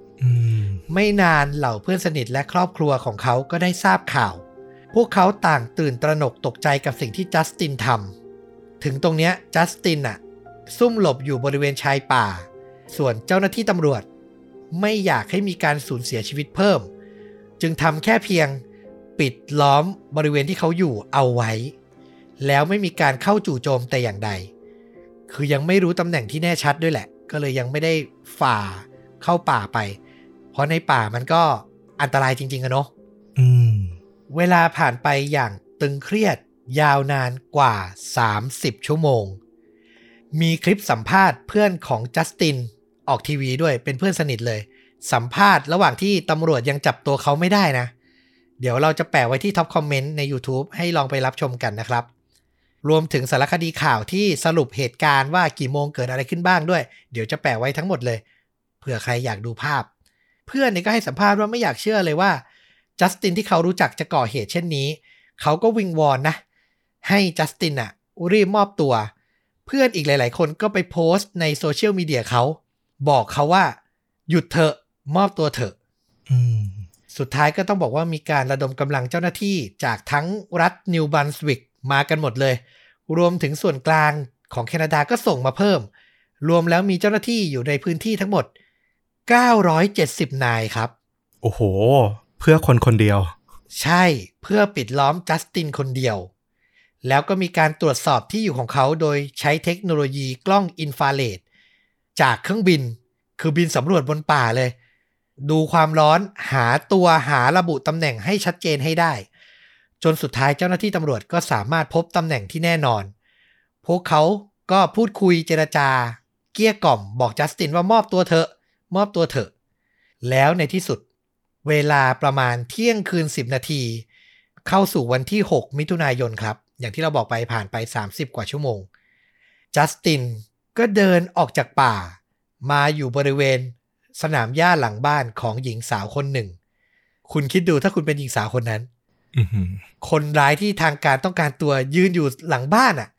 mm. ไม่นานเหล่าเพื่อนสนิทและครอบครัวของเขาก็ได้ทราบข่าวพวกเขาต่างตื่นตระหนกตกใจกับสิ่งที่จัสตินทำถึงตรงเนี้ยจัสตินน่ะซุ่มหลบอยู่บริเวณชายป่าส่วนเจ้าหน้าที่ตำรวจไม่อยากให้มีการสูญเสียชีวิตเพิ่มจึงทำแค่เพียงปิดล้อมบริเวณที่เขาอยู่เอาไว้แล้วไม่มีการเข้าจู่โจมแต่อย่างใดคือยังไม่รู้ตำแหน่งที่แน่ชัดด้วยแหละก็เลยยังไม่ได้ฝ่าเข้าป่าไปเพราะในป่ามันก็อันตรายจริงๆอะเนาะ mm. เวลาผ่านไปอย่างตึงเครียดยาวนานกว่าสามสิบชั่วโมงมีคลิปสัมภาษณ์เพื่อนของจัสตินออกทีวีด้วยเป็นเพื่อนสนิทเลยสัมภาษณ์ระหว่างที่ตำรวจยังจับตัวเขาไม่ได้นะเดี๋ยวเราจะแปะไว้ที่ท็อปคอมเมนต์ใน YouTube ให้ลองไปรับชมกันนะครับรวมถึงสารคดีข่าวที่สรุปเหตุการณ์ว่ากี่โมงเกิดอะไรขึ้นบ้างด้วยเดี๋ยวจะแปะไว้ทั้งหมดเลยเผื่อใครอยากดูภาพเพื่อนนี่ก็ให้สัมภาษณ์ว่าไม่อยากเชื่อเลยว่าจัสตินที่เขารู้จักจะก่อเหตุเช่นนี้เขาก็วิงวอนนะให้จัสตินอ่ะรีบมอบตัวเพื่อนอีกหลายๆคนก็ไปโพสต์ในโซเชียลมีเดียเขาบอกเขาว่าหยุดเถอะมอบตัวเถอะ mm. สุดท้ายก็ต้องบอกว่ามีการระดมกำลังเจ้าหน้าที่จากทั้งรัฐนิวบรันสวิกมากันหมดเลยรวมถึงส่วนกลางของแคนาดาก็ส่งมาเพิ่มรวมแล้วมีเจ้าหน้าที่อยู่ในพื้นที่ทั้งหมดเก้าร้อยเจ็ดสิบนายครับโอ้โหเพื่อคนคนเดียวใช่เพื่อปิดล้อมจัสตินคนเดียวแล้วก็มีการตรวจสอบที่อยู่ของเขาโดยใช้เทคโนโลยีกล้องอินฟราเรดจากเครื่องบินคือบินสำรวจบนป่าเลยดูความร้อนหาตัวหาระบุตำแหน่งให้ชัดเจนให้ได้จนสุดท้ายเจ้าหน้าที่ตำรวจก็สามารถพบตำแหน่งที่แน่นอนพวกเขาก็พูดคุยเจรจาเกลี้ยกล่อมบอกจัสตินว่ามอบตัวเถอะมอบตัวเถอะแล้วในที่สุดเวลาประมาณเที่ยงคืนสิบนาทีเข้าสู่วันที่หกมิถุนายนครับอย่างที่เราบอกไปผ่านไปสามสิบกว่าชั่วโมงจัสตินก็เดินออกจากป่ามาอยู่บริเวณสนามหญ้าหลังบ้านของหญิงสาวคนหนึ่งคุณคิดดูถ้าคุณเป็นหญิงสาวคนนั้น mm-hmm. คนร้ายที่ทางการต้องการตัวยืนอยู่หลังบ้านอ่ะ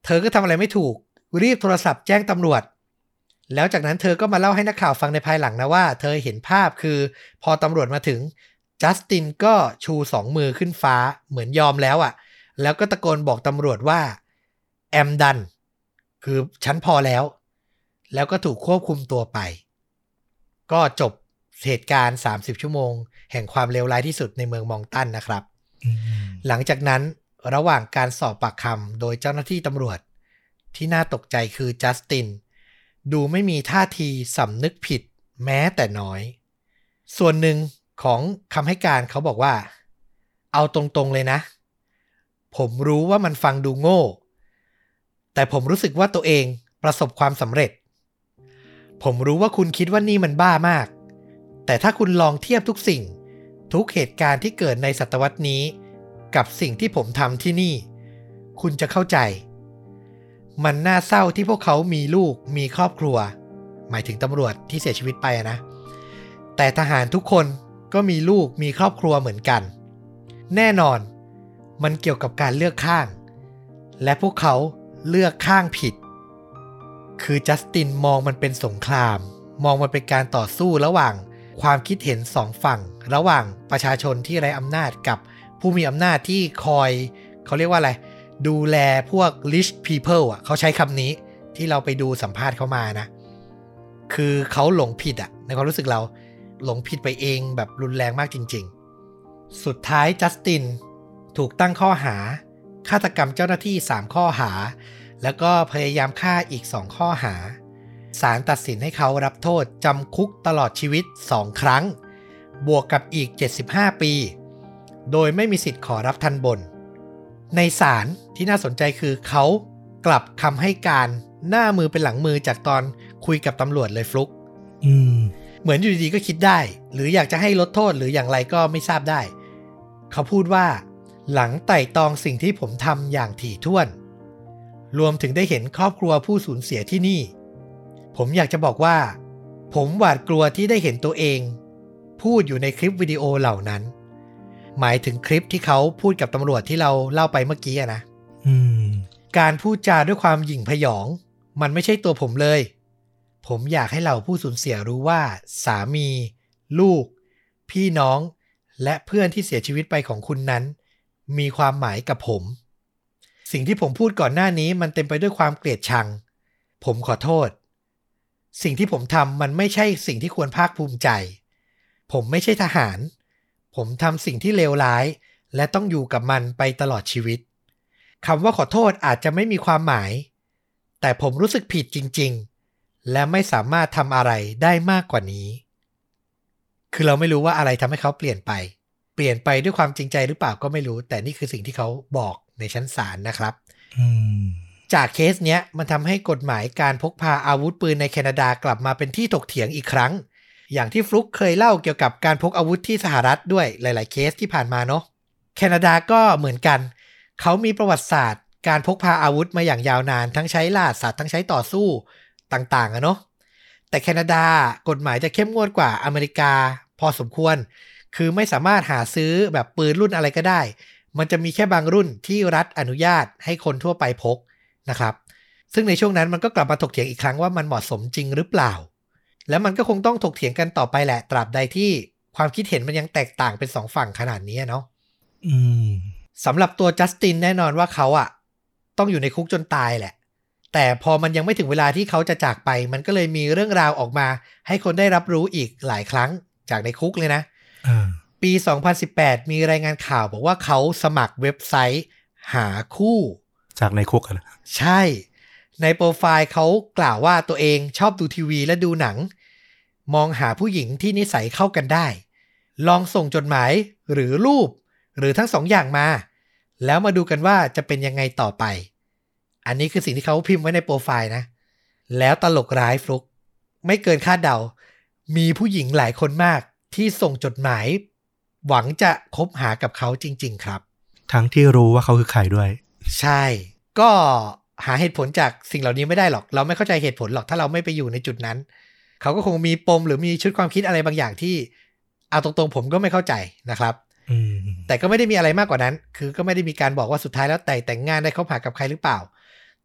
เธอก็ทำอะไรไม่ถูกรีบโทรศัพท์แจ้งตำรวจแล้วจากนั้นเธอก็มาเล่าให้นักข่าวฟังในภายหลังนะว่าเธอเห็นภาพคือพอตำรวจมาถึงจัสตินก็ชูสองมือขึ้นฟ้าเหมือนยอมแล้วอ่ะแล้วก็ตะโกนบอกตำรวจว่าแอมดันคือฉันพอแล้วแล้วก็ถูกควบคุมตัวไปก็จบเหตุการณ์สามสิบชั่วโมงแห่งความเลวร้ายที่สุดในเมืองมองตันนะครับ mm-hmm. หลังจากนั้นระหว่างการสอบปากคำโดยเจ้าหน้าที่ตำรวจที่น่าตกใจคือจัสตินดูไม่มีท่าทีสำนึกผิดแม้แต่น้อยส่วนหนึ่งของคำให้การเขาบอกว่าเอาตรงๆเลยนะผมรู้ว่ามันฟังดูโง่แต่ผมรู้สึกว่าตัวเองประสบความสำเร็จผมรู้ว่าคุณคิดว่านี่มันบ้ามากแต่ถ้าคุณลองเทียบทุกสิ่งทุกเหตุการณ์ที่เกิดในศตวรรษนี้กับสิ่งที่ผมทำที่นี่คุณจะเข้าใจมันน่าเศร้าที่พวกเขามีลูกมีครอบครัวหมายถึงตำรวจที่เสียชีวิตไปนะแต่ทหารทุกคนก็มีลูกมีครอบครัวเหมือนกันแน่นอนมันเกี่ยวกับการเลือกข้างและพวกเขาเลือกข้างผิดคือจัสตินมองมันเป็นสงครามมองมันเป็นการต่อสู้ระหว่างความคิดเห็นสองฝั่งระหว่างประชาชนที่ไร้อำนาจกับผู้มีอำนาจที่คอยเขาเรียกว่าอะไรดูแลพวก rich people อ่ะเขาใช้คำนี้ที่เราไปดูสัมภาษณ์เขามานะคือเขาหลงผิดอ่ะในความรู้สึกเราหลงผิดไปเองแบบรุนแรงมากจริงๆสุดท้ายจัสตินถูกตั้งข้อหาฆาตกรรมเจ้าหน้าที่สามข้อหาแล้วก็พยายามฆ่าอีกสองข้อหาศาลตัดสินให้เขารับโทษจำคุกตลอดชีวิตสองครั้งบวกกับอีกเจ็ดสิบห้าปีโดยไม่มีสิทธิ์ขอรับทันบนในศาลที่น่าสนใจคือเขากลับคำให้การหน้ามือเป็นหลังมือจากตอนคุยกับตำรวจเลยฟลุกอืมเหมือนอยู่ดีๆก็คิดได้หรืออยากจะให้ลดโทษหรืออย่างไรก็ไม่ทราบได้เขาพูดว่าหลังไต่ตองสิ่งที่ผมทำอย่างถี่ถ้วนรวมถึงได้เห็นครอบครัวผู้สูญเสียที่นี่ผมอยากจะบอกว่าผมหวาดกลัวที่ได้เห็นตัวเองพูดอยู่ในคลิปวิดีโอเหล่านั้นหมายถึงคลิปที่เขาพูดกับตำรวจที่เราเล่าไปเมื่อกี้นะการพูดจาด้วยความหยิ่งพยองมันไม่ใช่ตัวผมเลยผมอยากให้เหล่าผู้สูญเสียรู้ว่าสามีลูกพี่น้องและเพื่อนที่เสียชีวิตไปของคุณนั้นมีความหมายกับผมสิ่งที่ผมพูดก่อนหน้านี้มันเต็มไปด้วยความเกลียดชังผมขอโทษสิ่งที่ผมทำมันไม่ใช่สิ่งที่ควรภาคภูมิใจผมไม่ใช่ทหารผมทำสิ่งที่เลวร้ายและต้องอยู่กับมันไปตลอดชีวิตคำว่าขอโทษอาจจะไม่มีความหมายแต่ผมรู้สึกผิดจริงๆและไม่สามารถทำอะไรได้มากกว่านี้คือเราไม่รู้ว่าอะไรทำให้เขาเปลี่ยนไปเปลี่ยนไปด้วยความจริงใจหรือเปล่าก็ไม่รู้แต่นี่คือสิ่งที่เขาบอกในชั้นศาลนะครับ hmm. จากเคสเนี้ยมันทำให้กฎหมายการพกพาอาวุธปืนในแคนาดากลับมาเป็นที่ถกเถียงอีกครั้งอย่างที่ฟลุกเคยเล่าเกี่ยวกับการพกอาวุธที่สหรัฐด้วยหลายๆเคสที่ผ่านมาเนาะแคนาดาก็เหมือนกันเขามีประวัติศาสตร์การพกพาอาวุธมาอย่างยาวนานทั้งใช้ล่าสัตว์ทั้งใช้ต่อสู้ต่างๆอะเนาะแต่แคนาดากฎหมายจะเข้มงวดกว่าอเมริกาพอสมควรคือไม่สามารถหาซื้อแบบปืนรุ่นอะไรก็ได้มันจะมีแค่บางรุ่นที่รัฐอนุญาตให้คนทั่วไปพกนะครับซึ่งในช่วงนั้นมันก็กลับมาถกเถียงอีกครั้งว่ามันเหมาะสมจริงหรือเปล่าแล้วมันก็คงต้องถกเถียงกันต่อไปแหละตราบใดที่ความคิดเห็นมันยังแตกต่างเป็นสองฝั่งขนาดนี้เนาะอืมสำหรับตัวจัสตินแน่นอนว่าเขาอะต้องอยู่ในคุกจนตายแหละแต่พอมันยังไม่ถึงเวลาที่เขาจะจากไปมันก็เลยมีเรื่องราวออกมาให้คนได้รับรู้อีกหลายครั้งจากในคุกเลยนะปีสองพันสิบแปดมีรายงานข่าวบอกว่าเขาสมัครเว็บไซต์หาคู่จากในคุกนะใช่ในโปรไฟล์เขากล่าวว่าตัวเองชอบดูทีวีและดูหนังมองหาผู้หญิงที่นิสัยเข้ากันได้ลองส่งจดหมายหรือรูปหรือทั้งสองอย่างมาแล้วมาดูกันว่าจะเป็นยังไงต่อไปอันนี้คือสิ่งที่เขาพิมพ์ไว้ในโปรไฟล์นะแล้วตลกร้ายฟลุกไม่เกินคาดเดามีผู้หญิงหลายคนมากที่ส่งจดหมายหวังจะคบหากับเขาจริงๆครับทั้งที่รู้ว่าเขาคือใครด้วยใช่ก็หาเหตุผลจากสิ่งเหล่านี้ไม่ได้หรอกเราไม่เข้าใจเหตุผลหรอกถ้าเราไม่ไปอยู่ในจุดนั้นเขาก็คงมีปมหรือมีชุดความคิดอะไรบางอย่างที่เอาตรงๆผมก็ไม่เข้าใจนะครับแต่ก็ไม่ได้มีอะไรมากกว่านั้นคือก็ไม่ได้มีการบอกว่าสุดท้ายแล้วแต่แต่งงานได้คบหากับใครหรือเปล่า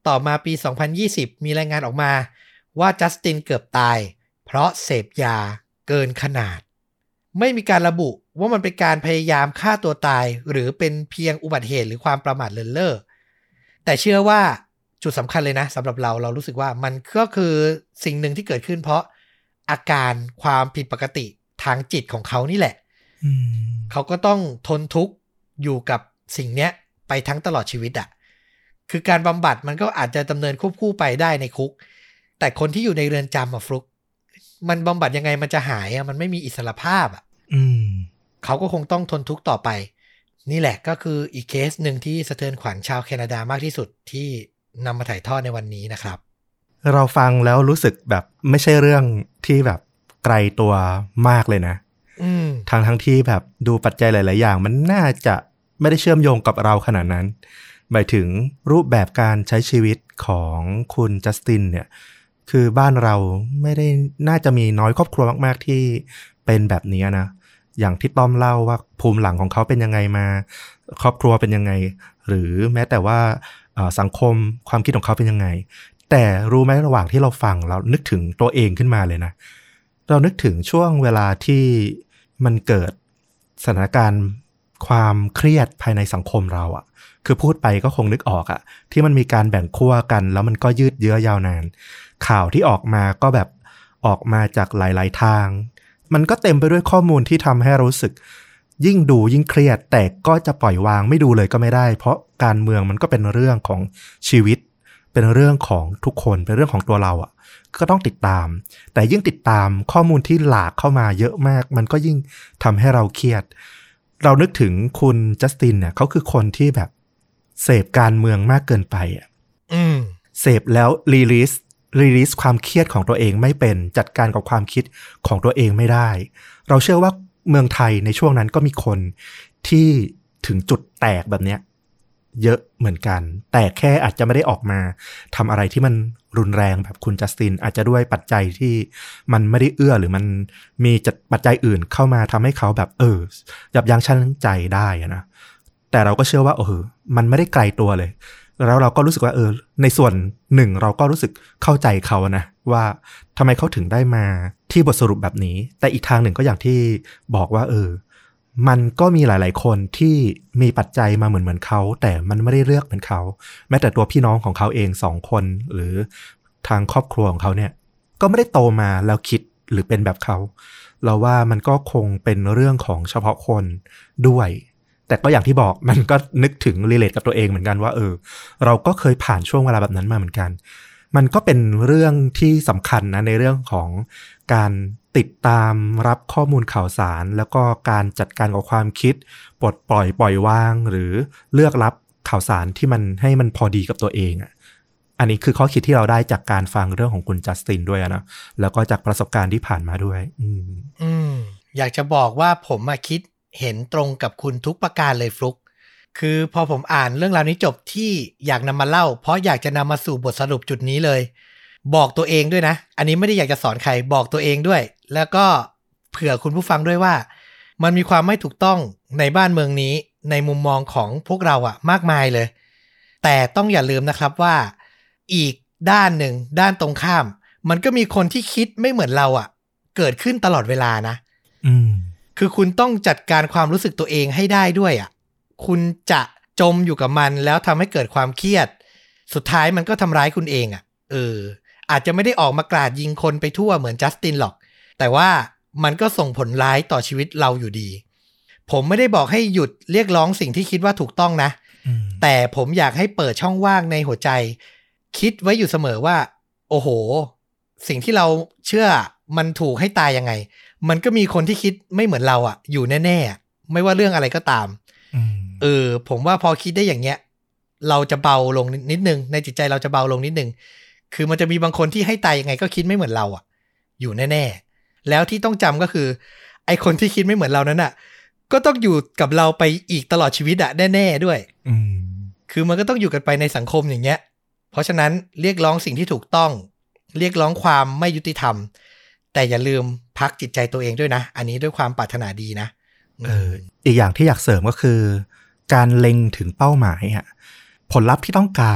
ต่อมาปีสองพันยี่สิบมีรายงานออกมาว่าจัสตินเกือบตายเพราะเสพยาเกินขนาดไม่มีการระบุว่ามันเป็นการพยายามฆ่าตัวตายหรือเป็นเพียงอุบัติเหตุหรือความประมาทเลินเล่อแต่เชื่อว่าจุดสำคัญเลยนะสำหรับเราเรารู้สึกว่ามันก็คือสิ่งหนึ่งที่เกิดขึ้นเพราะอาการความผิดปกติทางจิตของเขานี่แหละเขาก็ต้องทนทุกข์อยู่กับสิ่งเนี้ยไปทั้งตลอดชีวิตอ่ะคือการบำบัดมันก็อาจจะดำเนินควบคู่ไปได้ในคุกแต่คนที่อยู่ในเรือนจำอะฟลุกมันบำบัดยังไงมันจะหายอะมันไม่มีอิสรภาพอ่ะเขาก็คงต้องทนทุกข์ต่อไปนี่แหละก็คืออีกเคสหนึ่งที่สะเทือนขวัญชาวแคนาดามากที่สุดที่นำมาถ่ายทอดในวันนี้นะครับเราฟังแล้วรู้สึกแบบไม่ใช่เรื่องที่แบบไกลตัวมากเลยนะทางทั้งที่แบบดูปัจจัยหลายๆอย่างมันน่าจะไม่ได้เชื่อมโยงกับเราขนาดนั้นหมายถึงรูปแบบการใช้ชีวิตของคุณจัสตินเนี่ยคือบ้านเราไม่ได้น่าจะมีน้อยครอบครัวมากๆที่เป็นแบบนี้นะอย่างที่ต้อมเล่าว่าภูมิหลังของเขาเป็นยังไงมาครอบครัวเป็นยังไงหรือแม้แต่ว่าสังคมความคิดของเขาเป็นยังไงแต่รู้ไหมระหว่างที่เราฟังเรานึกถึงตัวเองขึ้นมาเลยนะเรานึกถึงช่วงเวลาที่มันเกิดสถานการณ์ความเครียดภายในสังคมเราอ่ะคือพูดไปก็คงนึกออกอ่ะที่มันมีการแบ่งขั้วกันแล้วมันก็ยืดเยื้อยาวนานข่าวที่ออกมาก็แบบออกมาจากหลายๆทางมันก็เต็มไปด้วยข้อมูลที่ทำให้รู้สึกยิ่งดูยิ่งเครียดแต่ก็จะปล่อยวางไม่ดูเลยก็ไม่ได้เพราะการเมืองมันก็เป็นเรื่องของชีวิตเป็นเรื่องของทุกคนเป็นเรื่องของตัวเราอ่ะก็ต้องติดตามแต่ยิ่งติดตามข้อมูลที่หลากเข้ามาเยอะมากมันก็ยิ่งทำให้เราเครียดเรานึกถึงคุณจัสตินเนี่ยเขาคือคนที่แบบเสพการเมืองมากเกินไปอ่ะเสพแล้วรีลีสรีลีสความเครียดของตัวเองไม่เป็นจัดการกับความคิดของตัวเองไม่ได้เราเชื่อว่าเมืองไทยในช่วงนั้นก็มีคนที่ถึงจุดแตกแบบเนี้ยเยอะเหมือนกันแต่แค่อาจจะไม่ได้ออกมาทำอะไรที่มันรุนแรงแบบคุณจัสตินอาจจะด้วยปัจจัยที่มันไม่ได้เอื้อหรือมันมีจัดปัจจัยอื่นเข้ามาทำให้เขาแบบเออยับยั้งชั่งใจได้นะแต่เราก็เชื่อว่าเออมันไม่ได้ไกลตัวเลยแล้วเราก็รู้สึกว่าเออในส่วนหนึ่งเราก็รู้สึกเข้าใจเขานะว่าทำไมเขาถึงได้มาที่บทสรุปแบบนี้แต่อีกทางหนึ่งก็อย่างที่บอกว่าเออมันก็มีหลายๆคนที่มีปัจจัยมาเหมือนเหมือนเขาแต่มันไม่ได้เลือกเหมือนเขาแม้แต่ตัวพี่น้องของเขาเองสองคนหรือทางครอบครัวของเขาเนี่ยก็ไม่ได้โตมาแล้วคิดหรือเป็นแบบเขาเราว่ามันก็คงเป็นเรื่องของเฉพาะคนด้วยแต่ก็อย่างที่บอกมันก็นึกถึงรีเลทกับตัวเองเหมือนกันว่าเออเราก็เคยผ่านช่วงเวลาแบบนั้นมาเหมือนกันมันก็เป็นเรื่องที่สำคัญนะในเรื่องของการติดตามรับข้อมูลข่าวสารแล้วก็การจัดการกับความคิดปลดปล่อยปล่อยวางหรือเลือกรับข่าวสารที่มันให้มันพอดีกับตัวเองอ่ะอันนี้คือข้อคิดที่เราได้จากการฟังเรื่องของคุณจัสตินด้วยนะแล้วก็จากประสบการณ์ที่ผ่านมาด้วยอืมอืมอยากจะบอกว่าผมมาคิดเห็นตรงกับคุณทุกประการเลยฟลุกคือพอผมอ่านเรื่องราวนี้จบที่อยากนำมาเล่าเพราะอยากจะนำมาสู่บทสรุปจุดนี้เลยบอกตัวเองด้วยนะอันนี้ไม่ได้อยากจะสอนใครบอกตัวเองด้วยแล้วก็เผื่อคุณผู้ฟังด้วยว่ามันมีความไม่ถูกต้องในบ้านเมืองนี้ในมุมมองของพวกเราอะมากมายเลยแต่ต้องอย่าลืมนะครับว่าอีกด้านหนึ่งด้านตรงข้ามมันก็มีคนที่คิดไม่เหมือนเราอะเกิดขึ้นตลอดเวลานะอืมคือคุณต้องจัดการความรู้สึกตัวเองให้ได้ด้วยอะคุณจะจมอยู่กับมันแล้วทำให้เกิดความเครียดสุดท้ายมันก็ทำร้ายคุณเองอะเอออาจจะไม่ได้ออกมากราดยิงคนไปทั่วเหมือนจัสตินหรอกแต่ว่ามันก็ส่งผลร้ายต่อชีวิตเราอยู่ดีผมไม่ได้บอกให้หยุดเรียกร้องสิ่งที่คิดว่าถูกต้องนะแต่ผมอยากให้เปิดช่องว่างในหัวใจคิดไว้อยู่เสมอว่าโอ้โหสิ่งที่เราเชื่อมันถูกให้ตายยังไงมันก็มีคนที่คิดไม่เหมือนเราอ่ะอยู่แน่ๆไม่ว่าเรื่องอะไรก็ตามเออผมว่าพอคิดได้อย่างเงี้ยเราจะเบาลงนิดนึงในจิตใจเราจะเบาลงนิดนึงคือมันจะมีบางคนที่ให้ตายยังไงก็คิดไม่เหมือนเราอ่ะอยู่แน่ๆแล้วที่ต้องจำก็คือไอคนที่คิดไม่เหมือนเรานั้นอ่ะก็ต้องอยู่กับเราไปอีกตลอดชีวิตอ่ะแน่ๆด้วยคือมันก็ต้องอยู่กันไปในสังคมอย่างเงี้ยเพราะฉะนั้นเรียกร้องสิ่งที่ถูกต้องเรียกร้องความไม่ยุติธรรมแต่อย่าลืมพักจิตใจตัวเองด้วยนะอันนี้ด้วยความปรารถนาดีนะเอออีกอย่างที่อยากเสริมก็คือการเล็งถึงเป้าหมายอ่ะผลลัพธ์ที่ต้องการอ่ะ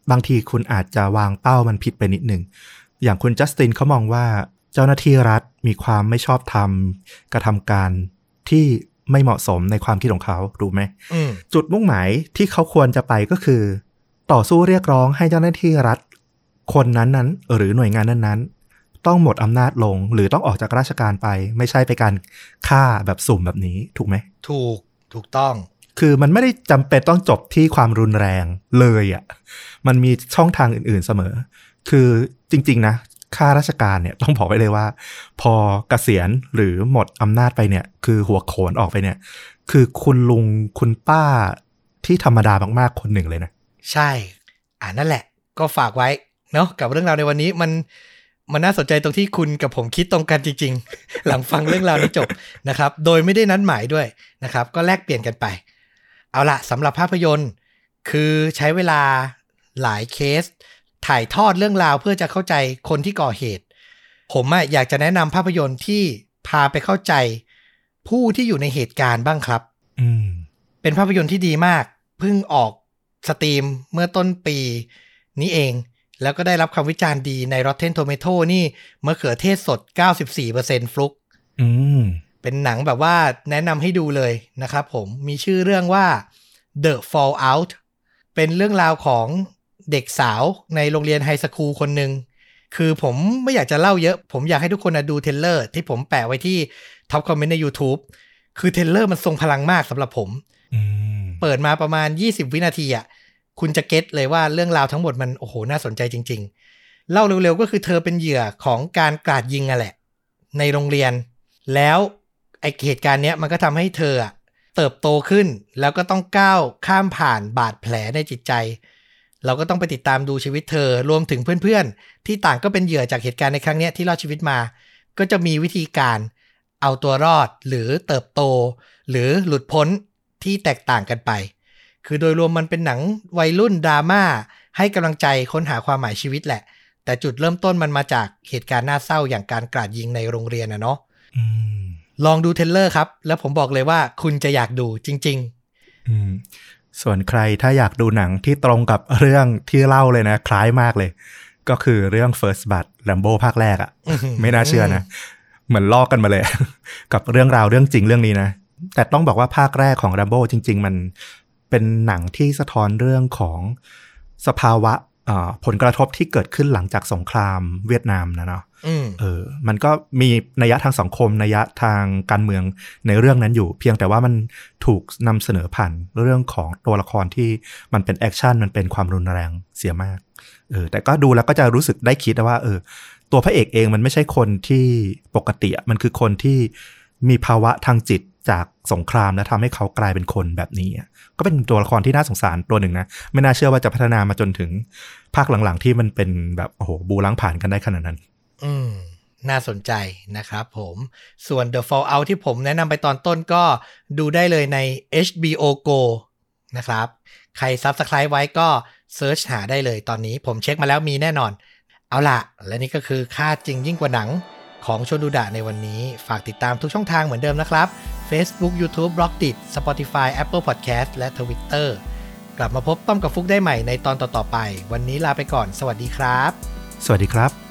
บางทีคุณอาจจะวางเป้ามันผิดไปนิดหนึ่งอย่างคุณจัสตินเขามองว่าเจ้าหน้าที่รัฐมีความไม่ชอบธรรมกระทำการที่ไม่เหมาะสมในความคิดของเขารู้ไหมจุดมุ่งหมายที่เขาควรจะไปก็คือต่อสู้เรียกร้องให้เจ้าหน้าที่รัฐคนนั้นๆหรือหน่วยงานนั้นๆต้องหมดอำนาจลงหรือต้องออกจากราชการไปไม่ใช่ไปการฆ่าแบบสุ่มแบบนี้ถูกไหมถูกถูกต้องคือมันไม่ได้จำเป็นต้องจบที่ความรุนแรงเลยอ่ะมันมีช่องทางอื่นๆเสมอคือจริงๆนะข้าราชการเนี่ยต้องบอกไว้เลยว่าพอเกษียณหรือหมดอำนาจไปเนี่ยคือหัวโขนออกไปเนี่ยคือคุณลุงคุณป้าที่ธรรมดามากๆคนหนึ่งเลยนะใช่อ่านั่นแหละก็ฝากไว้เนาะกับเรื่องราวในวันนี้มันมันน่าสนใจตรงที่คุณกับผมคิดตรงกันจริงๆ หลังฟังเรื่องราวนี้จบนะครับโดยไม่ได้นัดหมายด้วยนะครับก็แลกเปลี่ยนกันไปเอาละสำหรับภาพยนตร์คือใช้เวลาหลายเคสถ่ายทอดเรื่องราวเพื่อจะเข้าใจคนที่ก่อเหตุผมอ่ะอยากจะแนะนำภาพยนตร์ที่พาไปเข้าใจผู้ที่อยู่ในเหตุการณ์บ้างครับอืมเป็นภาพยนตร์ที่ดีมากเพิ่งออกสตรีมเมื่อต้นปีนี้เองแล้วก็ได้รับคำวิจารณ์ดีใน Rotten Tomato นี่มะเขือเทศสด เก้าสิบสี่เปอร์เซ็นต์ ฟลุกอืมเป็นหนังแบบว่าแนะนำให้ดูเลยนะครับผมมีชื่อเรื่องว่า The Fallout เป็นเรื่องราวของเด็กสาวในโรงเรียนไฮสคูลคนหนึ่งคือผมไม่อยากจะเล่าเยอะผมอยากให้ทุกคนดูเทรลเลอร์ที่ผมแปะไว้ที่ท็อปคอมเมนต์ใน YouTube คือเทรลเลอร์มันทรงพลังมากสำหรับผมเปิดมาประมาณยี่สิบวินาทีอ่ะคุณจะเก็ตเลยว่าเรื่องราวทั้งหมดมันโอ้โหน่าสนใจจริงๆเล่าเร็วๆก็คือเธอเป็นเหยื่อของการกราดยิงอ่ะแหละในโรงเรียนแล้วไอ้เหตุการณ์เนี้ยมันก็ทำให้เธออ่ะเติบโตขึ้นแล้วก็ต้องก้าวข้ามผ่านบาดแผลในจิตใจเราก็ต้องไปติดตามดูชีวิตเธอรวมถึงเพื่อนๆที่ต่างก็เป็นเหยื่อจากเหตุการณ์ในครั้งนี้ที่รอดชีวิตมาก็จะมีวิธีการเอาตัวรอดหรือเติบโตหรือหลุดพ้นที่แตกต่างกันไปคือโดยรวมมันเป็นหนังวัยรุ่นดราม่าให้กำลังใจค้นหาความหมายชีวิตแหละแต่จุดเริ่มต้นมันมาจากเหตุการณ์น่าเศร้าอย่างการกราดยิงในโรงเรียนนะเนาะลองดูเทรลเลอร์ครับแล้วผมบอกเลยว่าคุณจะอยากดูจริงๆอืมส่วนใครถ้าอยากดูหนังที่ตรงกับเรื่องที่เล่าเลยนะคล้ายมากเลยก็คือเรื่อง First Blood Rambo ภาคแรกอะ่ะ ไม่น่าเชื่อนะเหมือนลอกกันมาเลย กับเรื่องราวเรื่องจริงเรื่องนี้นะแต่ต้องบอกว่าภาคแรกของ Rambo จริงๆมันเป็นหนังที่สะท้อนเรื่องของสภาวะผลกระทบที่เกิดขึ้นหลังจากสงครามเวียดนามนะเนาะเออมันก็มีนัยทางสังคมนัยทางการเมืองในเรื่องนั้นอยู่เพียงแต่ว่ามันถูกนำเสนอผ่านเรื่องของตัวละครที่มันเป็นแอคชั่นมันเป็นความรุนแรงเสียมากเออแต่ก็ดูแล้วก็จะรู้สึกได้คิดว่าเออตัวพระเอกเองมันไม่ใช่คนที่ปกติมันคือคนที่มีภาวะทางจิตจากสงครามแล้วทำให้เขากลายเป็นคนแบบนี้ก็เป็นตัวละครที่น่าสงสารตัวหนึ่งนะไม่น่าเชื่อว่าจะพัฒนามาจนถึงภาคหลังๆที่มันเป็นแบบโอ้โหบูล้างผ่านกันได้ขนาดนั้นอืมน่าสนใจนะครับผมส่วน The Fallout ที่ผมแนะนำไปตอนต้นก็ดูได้เลยใน เอช บี โอ Go นะครับใคร Subscribe ไว้ก็เซิร์ชหาได้เลยตอนนี้ผมเช็คมาแล้วมีแน่นอนเอาล่ะและนี่ก็คือค่าจริงยิ่งกว่าหนังของชวนดูดะในวันนี้ฝากติดตามทุกช่องทางเหมือนเดิมนะครับ Facebook YouTube Blogdit Spotify Apple Podcast และ Twitter กลับมาพบต้อมกับฟุกได้ใหม่ในตอนต่อๆไปวันนี้ลาไปก่อนสวัสดีครับสวัสดีครับ